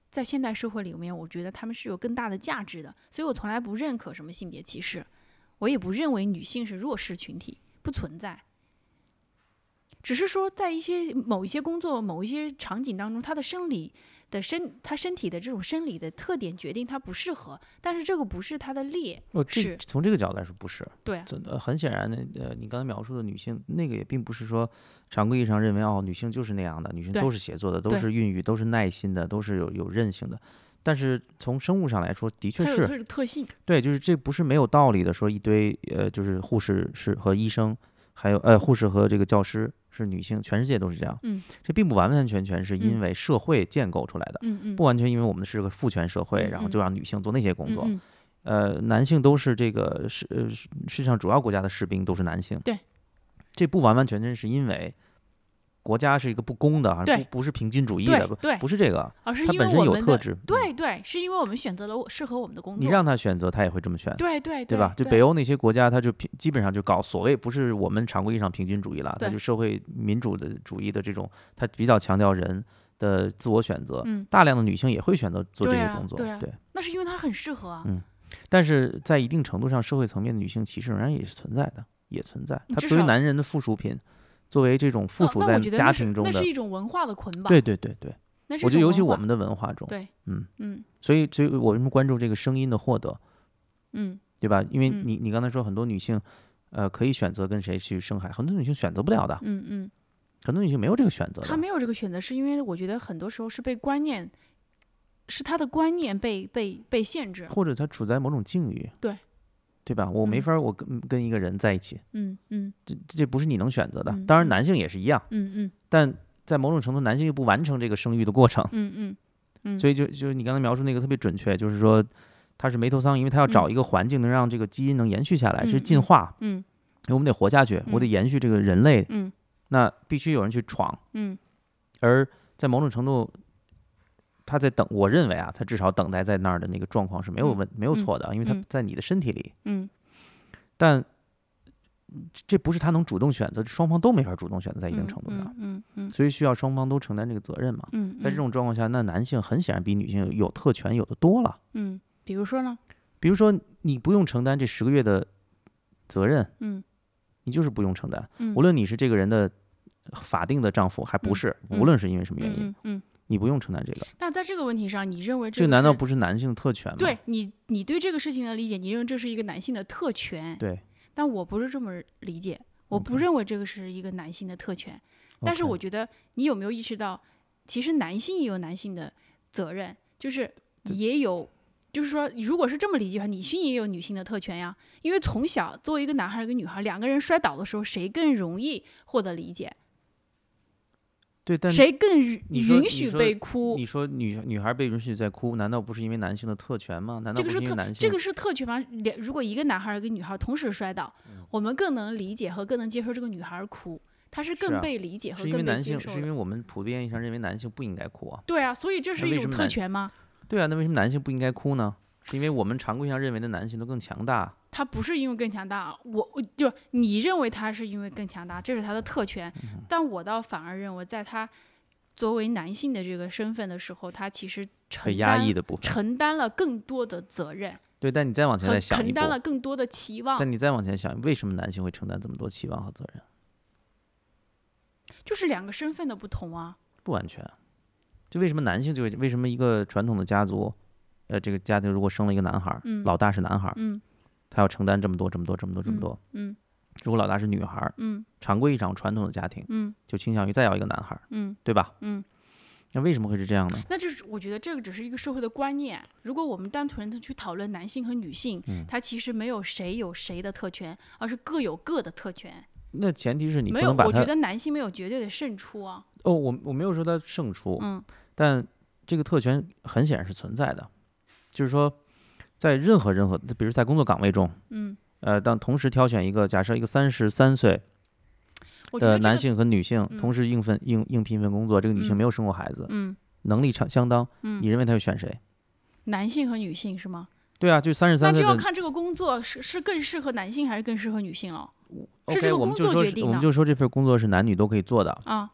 在现代社会里面，我觉得他们是有更大的价值的，所以我从来不认可什么性别歧视，我也不认为女性是弱势群体，不存在。只是说在一些某一些工作、某一些场景当中，她的生理的身，她身体的这种生理的特点决定她不适合，但是这个不是她的劣哦，这势。 从这个角度来说不是。 对， 呃，很显然的，呃，你刚才描述的女性，那个也并不是说常规意义上认为哦，女性就是那样的，女性对都是协作的，都对是孕育，都是耐心的，都是有有韧性的。但是从生物上来说，的确是它有它有特性。 对，就是这不是没有道理的，说一堆呃，就是护士是和医生，还有呃护士和这个教师是女性，全世界都是这样。 嗯， 这并不完完全全是因嗯为社会建构出来的， 嗯嗯， 不完全因为我们是个父权社会， 嗯然后就让女性做那些工作。 嗯嗯呃，男性都是这个世呃世世界上主要国家的士兵都是男性。 对， 这不完完全全是因为国家是一个不公的， 对不不是平均主义的，不对对不是这个， 而是因它本身为我们的有特质。嗯对对，是因为我们选择了适合我们的工作。 你让他选择，他也会这么选。 对对对吧？就对北欧那些国家，他就平基本上就搞所谓不是我们常规意义上平均主义了，他对就社会民主的主义的这种，他比较强调人的自我选择。 嗯， 大量的女性也会选择做这对啊些工作。 对啊对， 那是因为它很适合啊。 嗯，但是在一定程度上，社会层面的女性歧视仍然也是存在的，也存在。它至少作为男人的附属品，作为这种附属在那那我觉得那是家庭中的， 那是一种文化的捆绑。 对对对对， 那是我觉得一种文化尤其我们的文化中， 对， 嗯嗯所以所以我为什么关注这个声音的获得？ 嗯对吧？因为嗯你你刚才说很多女性，呃，可以选择跟谁去生孩，很多女性选择不了的， 嗯嗯， 很多女性没有这个选择的。 他没有这个选择，是因为我觉得很多时候是被观念，是他的观念被被被限制。 或者她处在某种境遇， 对对吧？我没嗯法儿，我跟跟一个人在一起， 嗯嗯这这不是你能选择的。 嗯当然， 嗯男性也是一样， 嗯嗯但在某种程度，男性又不完成这个生育的过程， 嗯嗯嗯， 所以就就你刚才描述那个特别准确，就是说他是梅头桑，因为他要找一个环境能让这个基因能延续下来， 嗯是进化， 嗯因为我们得活下去，我得嗯延续这个人类， 嗯那必须有人去闯。 嗯而在某种程度，他在等，我认为啊，他至少等待在那儿的那个状况是没有问、没有错的，因为他嗯在你的身体里。 嗯但这不是他能主动选择，双方都没法主动选择，在一定嗯程度上， 嗯嗯所以需要双方都承担这个责任嘛。 嗯， 在这种状况下，那男性很显然比女性有有特权有的多了。 嗯，比如说呢？ 比如说，你不用承担这十个月的责任， 嗯你就是不用承担， 嗯， 无论你是这个人的法定的丈夫还不是， 嗯无论是因为什么原因， 嗯嗯， 你不用承担这个。 那在这个问题上，你认为这难道是不是男性特权吗？ 对你你对这个事情的理解，你认为这是一个男性的特权？ 对， 但我不是这么理解，我不 OK 认为这个是一个男性的特权。但是 OK 我觉得你有没有意识到，其实男性也有男性的责任，就是也有，就是说，如果是这么理解的话，女性也有女性的特权呀。因为从小作为一个男孩儿一个女孩儿，两个人摔倒的时候，谁更容易获得理解？ 对，但谁更允你说允许你说被哭？ 你说女女孩被允许在哭，难道不是因为男性的特权吗？难道不这个是特因为男性？ 这个是特权吗？两如果一个男孩儿一个女孩儿同时摔倒， 嗯我们更能理解和更能接受这个女孩儿哭，她是是啊更被理解和是因为更被男性， 接受的。 是因为我们普遍意义上认为男性不应该哭啊。 对啊，所以这是一种那为什么男特权吗？ 对啊，那为什么男性不应该哭呢？是因为我们常规上认为的男性都更强大。 他不是因为更强大，我我就你认为他是因为更强大，这是他的特权， 嗯但我倒反而认为，在他作为男性的这个身份的时候，他其实承被压担抑的部分， 承担了更多的责任对，但你再往前和再想一步， 承担了更多的期望， 但你再往前想，为什么男性会承担这么多期望和责任？ 就是两个身份的不同啊。 不完全。就为什么男性就会为什么一个传统的家族，呃，这个家庭如果生了一个男孩儿， 嗯老大是男孩儿， 嗯他要承担这么多这么多这么多这么嗯多。 嗯如果老大是女孩儿， 嗯常规意义上传统的家庭嗯就倾向于再要一个男孩儿， 嗯对吧？ 嗯， 那为什么会是这样呢？ 那这是我觉得这个只是一个社会的观念。如果我们单纯的去讨论男性和女性， 嗯它其实没有谁有谁的特权，而是各有各的特权。 那前提是你不没有， 能把它我觉得男性没有绝对的胜出啊。 哦，我我没有说他胜出， 嗯但这个特权很显然是存在的，就是说，在任何任何，比如在工作岗位中， 嗯， 呃，当同时挑选一个，假设一个三十三岁的男我觉得这个性和女性嗯同时应份应应聘一份工作，这个女性嗯没有生过孩子， 嗯能力相相当， 嗯你认为他会选谁？ 男性和女性是吗？ 对啊，就三十那三岁的就要看这个工作是是更适合男性还是更适合女性了。是 OK， 这个工我们就说是作决定的我们就说这份工作是男女都可以做的， 啊。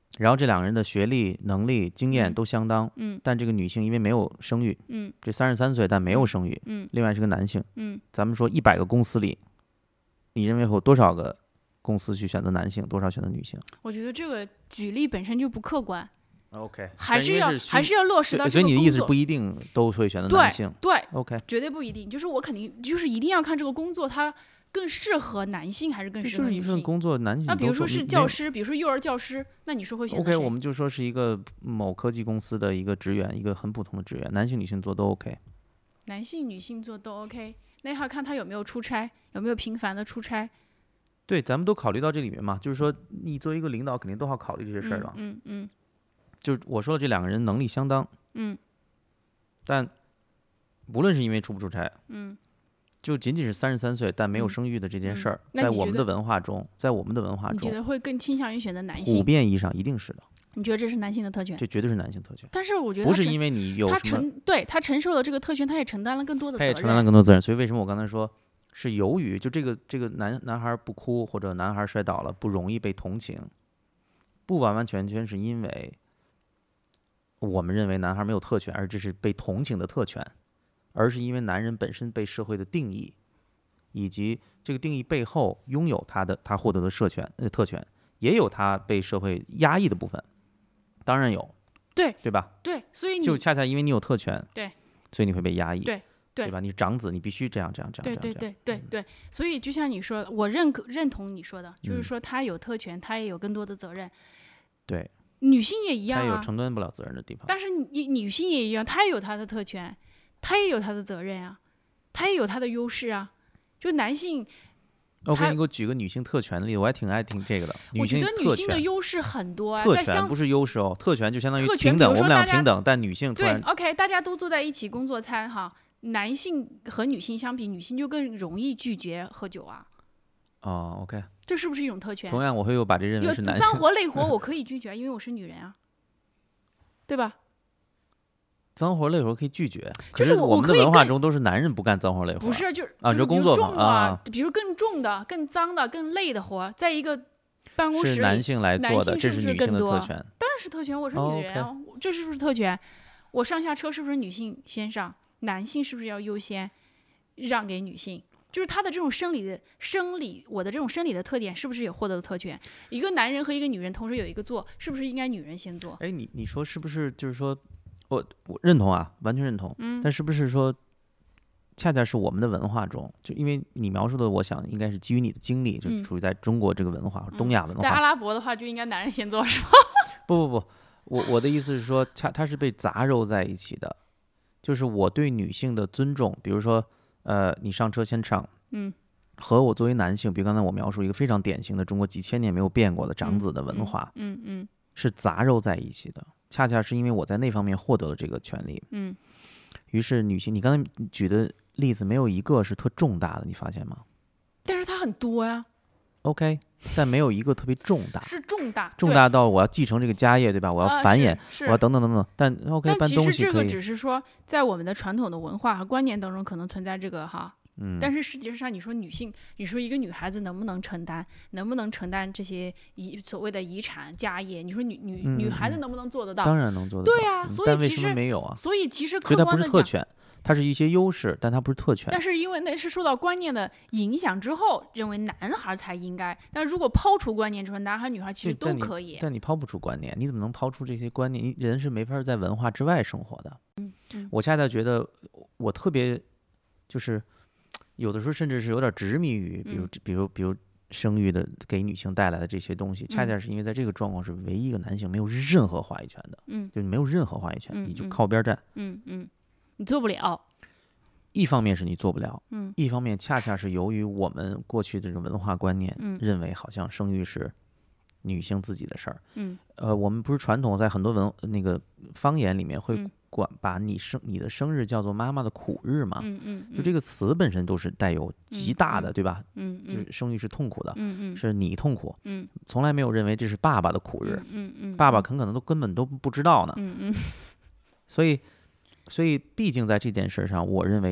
然后这两个人的学历、能力、经验都相当， 嗯， 但这个女性因为没有生育， 嗯， 这三十三岁但没有生育， 嗯， 另外是个男性， 嗯， 咱们说一百个公司里，你认为会有多少个公司去选择男性，多少选择女性？ 我觉得这个举例本身就不客观。 OK， 还是要还是要落实到这个所以你的意思工作不一定都会选择男性， 对 ，OK， 绝对不一定。就是我肯定就是一定要看这个工作它更适合男性还是更适合女性。 就是一份工作，男女那比如说是都教师，比如说幼儿教师，那你是会选择谁 OK， 我们就说是一个某科技公司的一个职员，一个很普通的职员，男性女性做都 OK。 男性女性做都 OK， 那要看他有没有出差，有没有频繁的出差。 对，咱们都考虑到这里面嘛，就是说你作为一个领导，肯定都要考虑这些事儿的。 嗯嗯。 就是我说的这两个人能力相当， 嗯， 但无论是因为出不出差， 嗯， 就仅仅是三十三岁但没有生育的这件事儿， 嗯嗯、 在我们的文化中，在我们的文化中， 你觉得会更倾向于选择男性？ 普遍意义上一定是的。 你觉得这是男性的特权？ 这绝对是男性特权。 但是我觉得不是因为你有他什么， 承对他承受了这个特权，他也承担了更多的责任。 他也承担了更多责任。所以为什么我刚才说，是由于就这个这个男男孩不哭或者男孩摔倒了不容易被同情，不完完全全是因为我们认为男孩没有特权，而这是被同情的特权，而是因为男人本身被社会的定义，以及这个定义背后拥有他的他获得的社权呃特权，也有他被社会压抑的部分，当然有， 对对吧？ 对，所以你就恰恰因为你有特权， 对， 所以你会被压抑， 对对对吧？你是长子，你必须这样这样这样对对对对对，所以就像你说的，我认可认同你说的，就是说他有特权，他也有更多的责任， 对。 女性也一样啊， 她有承担不了责任的地方。 但是女女性也一样，她也有她的特权，她也有她的责任啊，她也有她的优势啊。就男性 ，OK， 你给我举个女性特权的例子，我还挺爱听这个的。 我觉得女性的优势很多啊， 特权不是优势哦，特权就相当于特权平等，我们俩比如说大家平等，但女性突然对 OK， 大家都坐在一起工作餐哈，男性和女性相比，女性就更容易拒绝喝酒啊。 哦，OK， 这是不是一种特权？ 同样，我会又把这认为是男性。 脏活累活我可以拒绝，因为我是女人啊，对吧？ 脏活累活可以拒绝，可就是我们的文化中都是男人不干脏活累活。 不是，就是啊， 就是工作嘛啊， 比如更重的、更脏的、更累的活，在一个办公室里是男性来做的，这是女性的特权。 当然是特权，我是女人， 哦 okay、这是不是特权？我上下车是不是女性先上？男性是不是要优先让给女性？就是他的这种生理的生理，我的这种生理的特点是不是也获得了特权？一个男人和一个女人同时有一个做，是不是应该女人先做？ 哎，你你说是不是就是说，我我认同啊，完全认同。 嗯， 但是不是说，恰恰是我们的文化中，就因为你描述的，我想应该是基于你的经历，就处于在中国这个文化、 嗯、 东亚文化。 在阿拉伯的话，就应该男人先做，是吧？ 不不不，我我的意思是说，恰它是被杂糅在一起的，就是我对女性的尊重，比如说，呃，你上车先上， 嗯。 和我作为男性，比如刚才我描述一个非常典型的中国几千年没有变过的长子的文化， 嗯 嗯, 嗯, 嗯， 是杂糅在一起的。恰恰是因为我在那方面获得了这个权利， 嗯， 于是女性，你刚才举的例子没有一个是特重大的，你发现吗？ 但是它很多呀。 OK， 但没有一个特别重大， 是重大， 重大到我要继承这个家业，对吧？我要繁衍， 啊、 我要等等等等。但 OK， 但其实这个搬东西可以只是说，在我们的传统的文化和观念当中，可能存在这个哈。 嗯， 但是实际上，你说女性，你说一个女孩子能不能承担，能不能承担这些遗所谓的遗产家业？你说女女、 嗯、 女孩子能不能做得到？ 当然能做得到。 对呀、 嗯， 所以其实没有啊。 所以其实客观的讲， 它不是特权，它是一些优势，但它不是特权。 但是因为那是受到观念的影响之后，认为男孩才应该。但如果抛除观念之后，男孩女孩其实都可以。 但你, 但你抛不出观念，你怎么能抛出这些观念？你人是没法在文化之外生活的。 嗯嗯， 我恰恰觉得我特别就是。有的时候甚至是有点执迷于，比如、 嗯、 比如比如生育的给女性带来的这些东西， 嗯、 恰恰是因为在这个状况是唯一一个男性没有任何话语权的， 嗯， 就没有任何话语权， 嗯、 你就靠边站， 嗯嗯，你做不了。 一方面是你做不了， 嗯， 一方面恰恰是由于我们过去这种文化观念， 嗯， 认为好像生育是女性自己的事儿， 嗯， 呃，我们不是传统在很多文那个方言里面会。 嗯管把你生你的生日叫做妈妈的苦日嘛， 嗯嗯， 就这个词本身都是带有极大的， 嗯、 对吧？ 嗯嗯， 就是生育是痛苦的， 嗯嗯， 是你痛苦， 嗯， 从来没有认为这是爸爸的苦日， 嗯 嗯, 嗯， 爸爸很可能都根本都不知道呢， 嗯嗯， 所以，所以毕竟在这件事上，我认为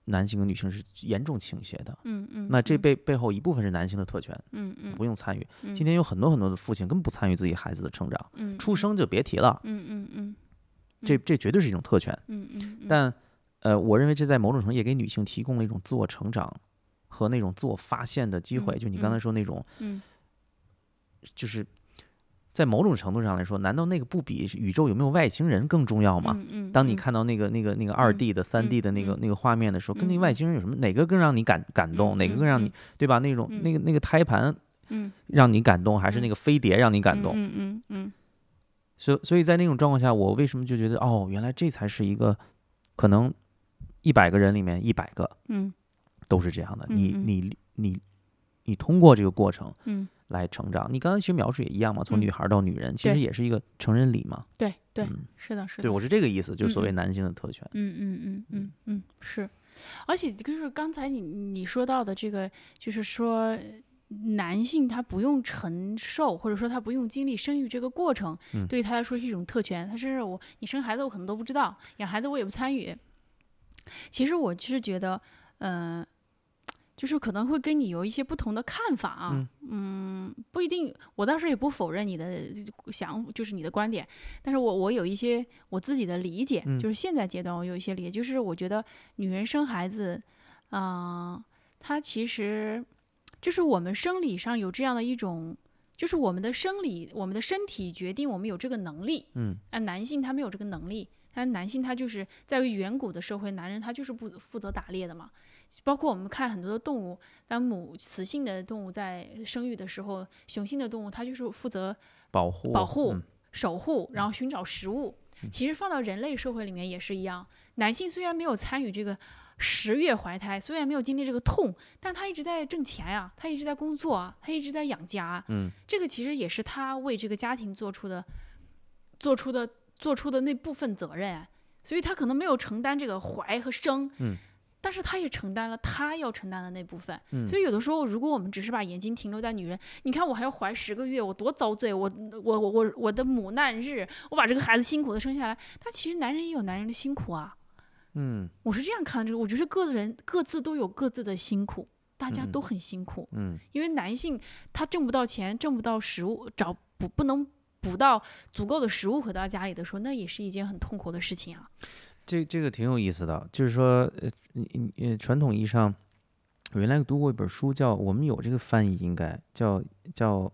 男性跟女性是严重倾斜的。 嗯嗯， 那这背背后一部分是男性的特权， 嗯嗯， 不用参与。 嗯、 今天有很多很多的父亲根本不参与自己孩子的成长， 嗯， 出生就别提了。 嗯嗯嗯， 这这绝对是一种特权。 嗯嗯，嗯但呃，我认为这在某种程度也给女性提供了一种自我成长和那种自我发现的机会。 嗯、 就你刚才说那种， 嗯， 就是在某种程度上来说，难道那个不比宇宙有没有外星人更重要吗？ 嗯嗯， 当你看到那个那个那个二 D 的、三 D 的那个、 嗯、 那个画面的时候，跟那嗯、 外星人有什么？哪个更让你感感动？ 嗯、 哪个更让你、 嗯、 对吧？那种、 嗯、 那个那个胎盘， 嗯， 让你感动，还是那个飞碟让你感动？ 嗯嗯嗯。 所以所以在那种状况下，我为什么就觉得哦，原来这才是一个可能一百个人里面一百个， 嗯， 都是这样的。 嗯、 你你你你通过这个过程， 嗯， 来成长。你刚才其实描述也一样嘛，从嗯女孩到女人，其实也是一个成人礼嘛。 对对， 嗯， 是的，是的。 对，我是这个意思，就是所谓嗯嗯男性的特权。 嗯嗯嗯嗯嗯，是。而且就是刚才你你说到的这个，就是说男性他不用承受，或者说他不用经历生育这个过程， 嗯对于他来说是一种特权。他是我你生孩子我可能都不知道，养孩子我也不参与。其实我就是觉得，嗯、呃，就是可能会跟你有一些不同的看法啊。 嗯嗯，不一定，我倒是也不否认你的想，就是你的观点，但是我我有一些我自己的理解， 嗯就是现在阶段我有一些理解，就是我觉得女人生孩子，嗯、呃，她其实就是我们生理上有这样的一种，就是我们的生理，我们的身体决定我们有这个能力， 嗯， 啊，男性他没有这个能力，但男性他就是在远古的社会，男人他就是不负责打猎的嘛。包括我们看很多的动物，当母雌性的动物在生育的时候，雄性的动物它就是负责保护、 保护、 嗯、 守护，然后寻找食物。 嗯、 其实放到人类社会里面也是一样，男性虽然没有参与这个十月怀胎，虽然没有经历这个痛，但他一直在挣钱呀、啊，他一直在工作啊，他一直在养家。 嗯， 这个其实也是他为这个家庭做出的、做出的、做出的那部分责任。所以他可能没有承担这个怀和生。 嗯。 但是他也承担了他要承担的那部分， 嗯、 所以有的时候，如果我们只是把眼睛停留在女人，你看我还要怀十个月，我多遭罪，我我我我我的母难日，我把这个孩子辛苦的生下来，但其实男人也有男人的辛苦啊。 嗯， 我是这样看这个，我觉得各人各自都有各自的辛苦，大家都很辛苦。 嗯， 因为男性他挣不到钱，挣不到食物，找不不能补到足够的食物回到家里的时候，那也是一件很痛苦的事情啊。 这这个挺有意思的，就是说，呃，呃，传统意义上，我原来读过一本书，叫我们有这个翻译，应该叫叫，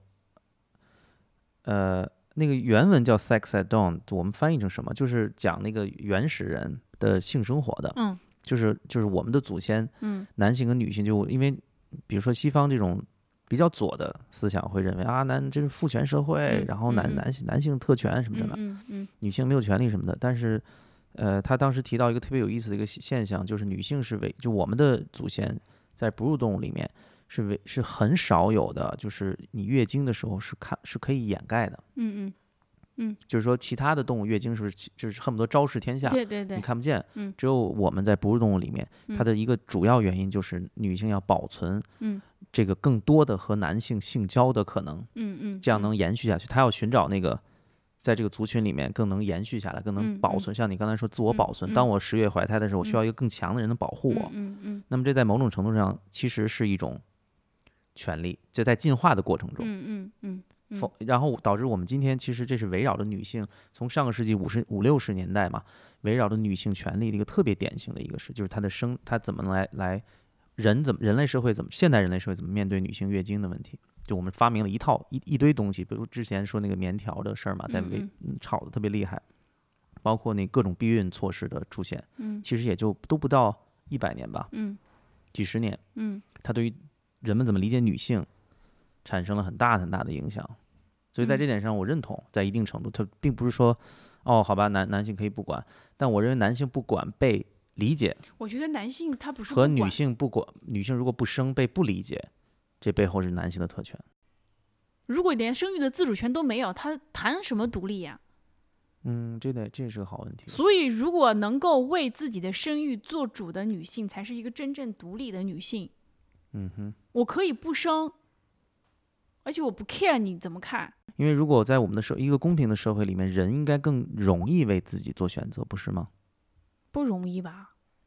呃，那个原文叫《Sex at Dawn》，我们翻译成什么？就是讲那个原始人的性生活的， 嗯， 就是就是我们的祖先， 嗯， 男性跟女性就，就因为比如说西方这种比较左的思想会认为啊，男这是父权社会， 嗯、 然后男、 嗯、 男性男性特权什么的， 嗯嗯， 女性没有权利什么的，但是。呃，他当时提到一个特别有意思的一个现象，就是女性是为就我们的祖先在哺乳动物里面是为是很少有的，就是你月经的时候是看是可以掩盖的。 嗯嗯嗯， 就是说其他的动物月经是就是恨不得昭示天下， 对对对， 你看不见。 嗯， 只有我们在哺乳动物里面，它的一个主要原因就是女性要保存嗯这个更多的和男性性交的可能， 嗯嗯， 这样能延续下去。她要寻找那个。在这个族群里面更能延续下来，更能保存。 嗯、 像你刚才说自我保存， 嗯、 当我十月怀胎的时候，我需要一个更强的人能保护我。 嗯 嗯, 嗯那么这在某种程度上其实是一种权利，就在进化的过程中。 嗯嗯嗯。 否，然后导致我们今天其实这是围绕着女性，从上个世纪五十五六十年代嘛，围绕着女性权利的一个特别典型的一个事，就是她的生，她怎么来来人怎么人类社会怎么现代人类社会怎么面对女性月经的问题。就我们发明了一套一一堆东西，比如之前说那个棉条的事儿嘛，在微炒的特别厉害，包括那各种避孕措施的出现， 嗯， 其实也就都不到一百年吧， 嗯， 几十年， 嗯， 它对于人们怎么理解女性产生了很大很大的影响，所以在这点上我认同，在一定程度，它并不是说，哦，好吧，男男性可以不管，但我认为男性不管被理解， 我觉得男性他不是和女性不管，女性如果不生被不理解。这背后是男性的特权。 如果连生育的自主权都没有，他谈什么独立呀？ 嗯，这得这是个好问题。 所以，如果能够为自己的生育做主的女性，才是一个真正独立的女性。 嗯哼， 我可以不生，而且我不 care 你怎么看。 因为如果在我们的社一个公平的社会里面，人应该更容易为自己做选择，不是吗？ 不容易吧？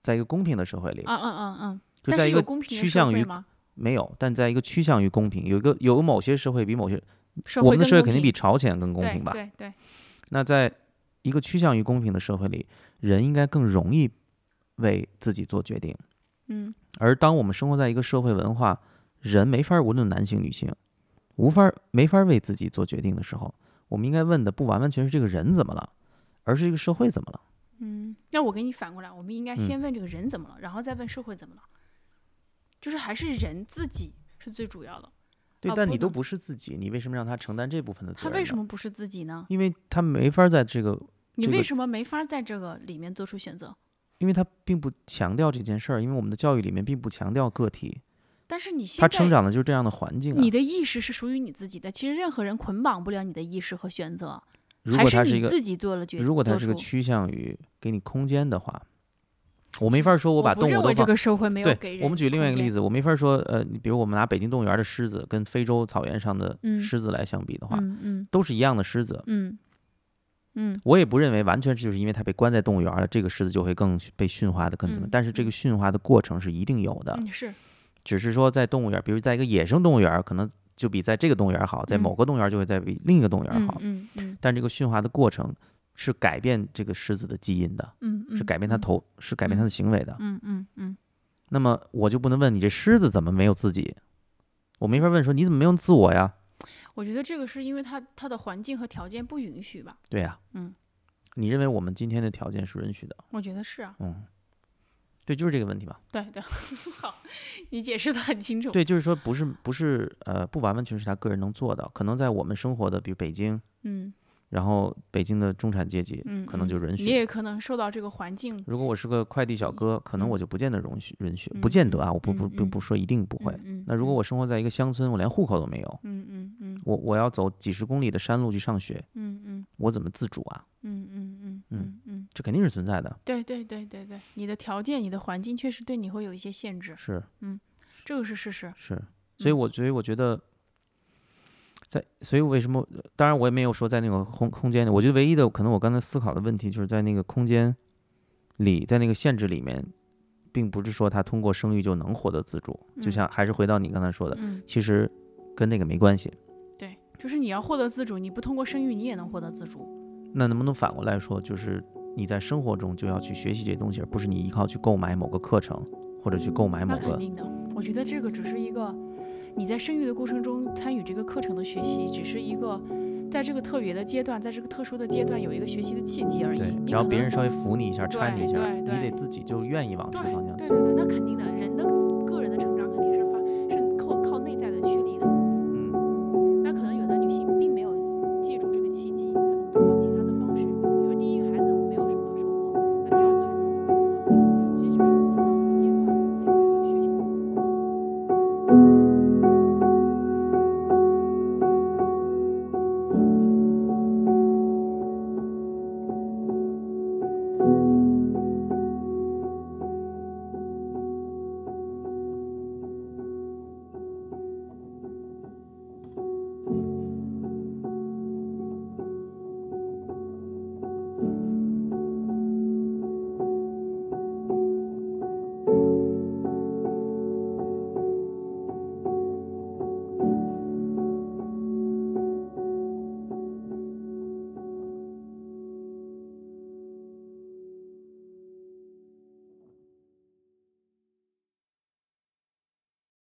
在一个公平的社会里， 嗯嗯嗯嗯， 就在一个趋向于吗？ 没有，但在一个趋向于公平，有一个有某些社会比某些社会我们的社会肯定比朝鲜更公平吧？ 对对对。 那在一个趋向于公平的社会里，人应该更容易为自己做决定。 嗯， 而当我们生活在一个社会文化，人没法无论男性女性，无法没法为自己做决定的时候，我们应该问的不完完全是这个人怎么了，而是这个社会怎么了。 嗯，那我给你反过来，我们应该先问这个人怎么了，嗯、然后再问社会怎么了，就是还是人自己是最主要的。 对，但你都不是自己，你为什么让他承担这部分的责任？ 他为什么不是自己呢？ 因为他没法在这个， 你为什么没法在这个里面做出选择？ 因为他并不强调这件事儿，因为我们的教育里面并不强调个体。 但是你现在他成长的就是这样的环境、啊， 你的意识是属于你自己的，其实任何人捆绑不了你的意识和选择。 如果他是一个自己做了决定， 如果他是个趋向于给你空间的话，我没法说我把动物都放。 我不认为这个社会没有给人。 对，我们举另外一个例子，我没法说，呃，比如我们拿北京动物园的狮子跟非洲草原上的狮子来相比的话， 嗯嗯、 都是一样的狮子， 嗯嗯， 我也不认为完全就是因为它被关在动物园了，这个狮子就会更被驯化的更怎么、嗯，但是这个驯化的过程是一定有的， 嗯、是， 只是说在动物园，比如在一个野生动物园，可能就比在这个动物园好，在某个动物园就会在比另一个动物园好， 嗯嗯嗯、 但这个驯化的过程是改变这个狮子的基因的， 嗯嗯、 是改变它头、嗯，是改变它的行为的， 嗯嗯嗯。 那么我就不能问你这狮子怎么没有自己，我没法问说你怎么没有自我呀？ 我觉得这个是因为它它的环境和条件不允许吧？ 对呀、啊， 嗯。 你认为我们今天的条件是允许的？ 我觉得是啊。 嗯，对，就是这个问题吧。 对对，好，你解释得很清楚。 对，就是说不是不是呃，不完完全是他个人能做到，可能在我们生活的，比如北京， 嗯， 然后北京的中产阶级， 嗯， 可能就允许。 你也可能受到这个环境。 如果我是个快递小哥，可能我就不见得允许，允许， 嗯、 不见得啊，我不不嗯、 并不说一定不会。 嗯嗯、 那如果我生活在一个乡村，我连户口都没有， 嗯嗯嗯， 我我要走几十公里的山路去上学， 嗯嗯， 我怎么自主啊？ 嗯嗯嗯嗯嗯， 这肯定是存在的。 对对对对对，你的条件、你的环境确实对你会有一些限制。 是， 嗯，这个是事实。 是，所以我所以我觉得。在，所以为什么？当然，我也没有说在那个空空间里。我觉得唯一的可能，我刚才思考的问题就是在那个空间里，在那个限制里面，并不是说他通过生育就能获得自主。就像还是回到你刚才说的， 嗯、 其实跟那个没关系。 对，就是你要获得自主，你不通过生育，你也能获得自主。 那能不能反过来说，就是你在生活中就要去学习这些东西，而不是你依靠去购买某个课程或者去购买某个？ 那肯定的，我觉得这个只是一个。你在生育的过程中参与这个课程的学习，只是一个在这个特别的阶段，在这个特殊的阶段有一个学习的契机而已。 对，然后别人稍微扶你一下、搀你一下， 对对对， 你得自己就愿意往这个方向走。 对对对，那肯定的，人的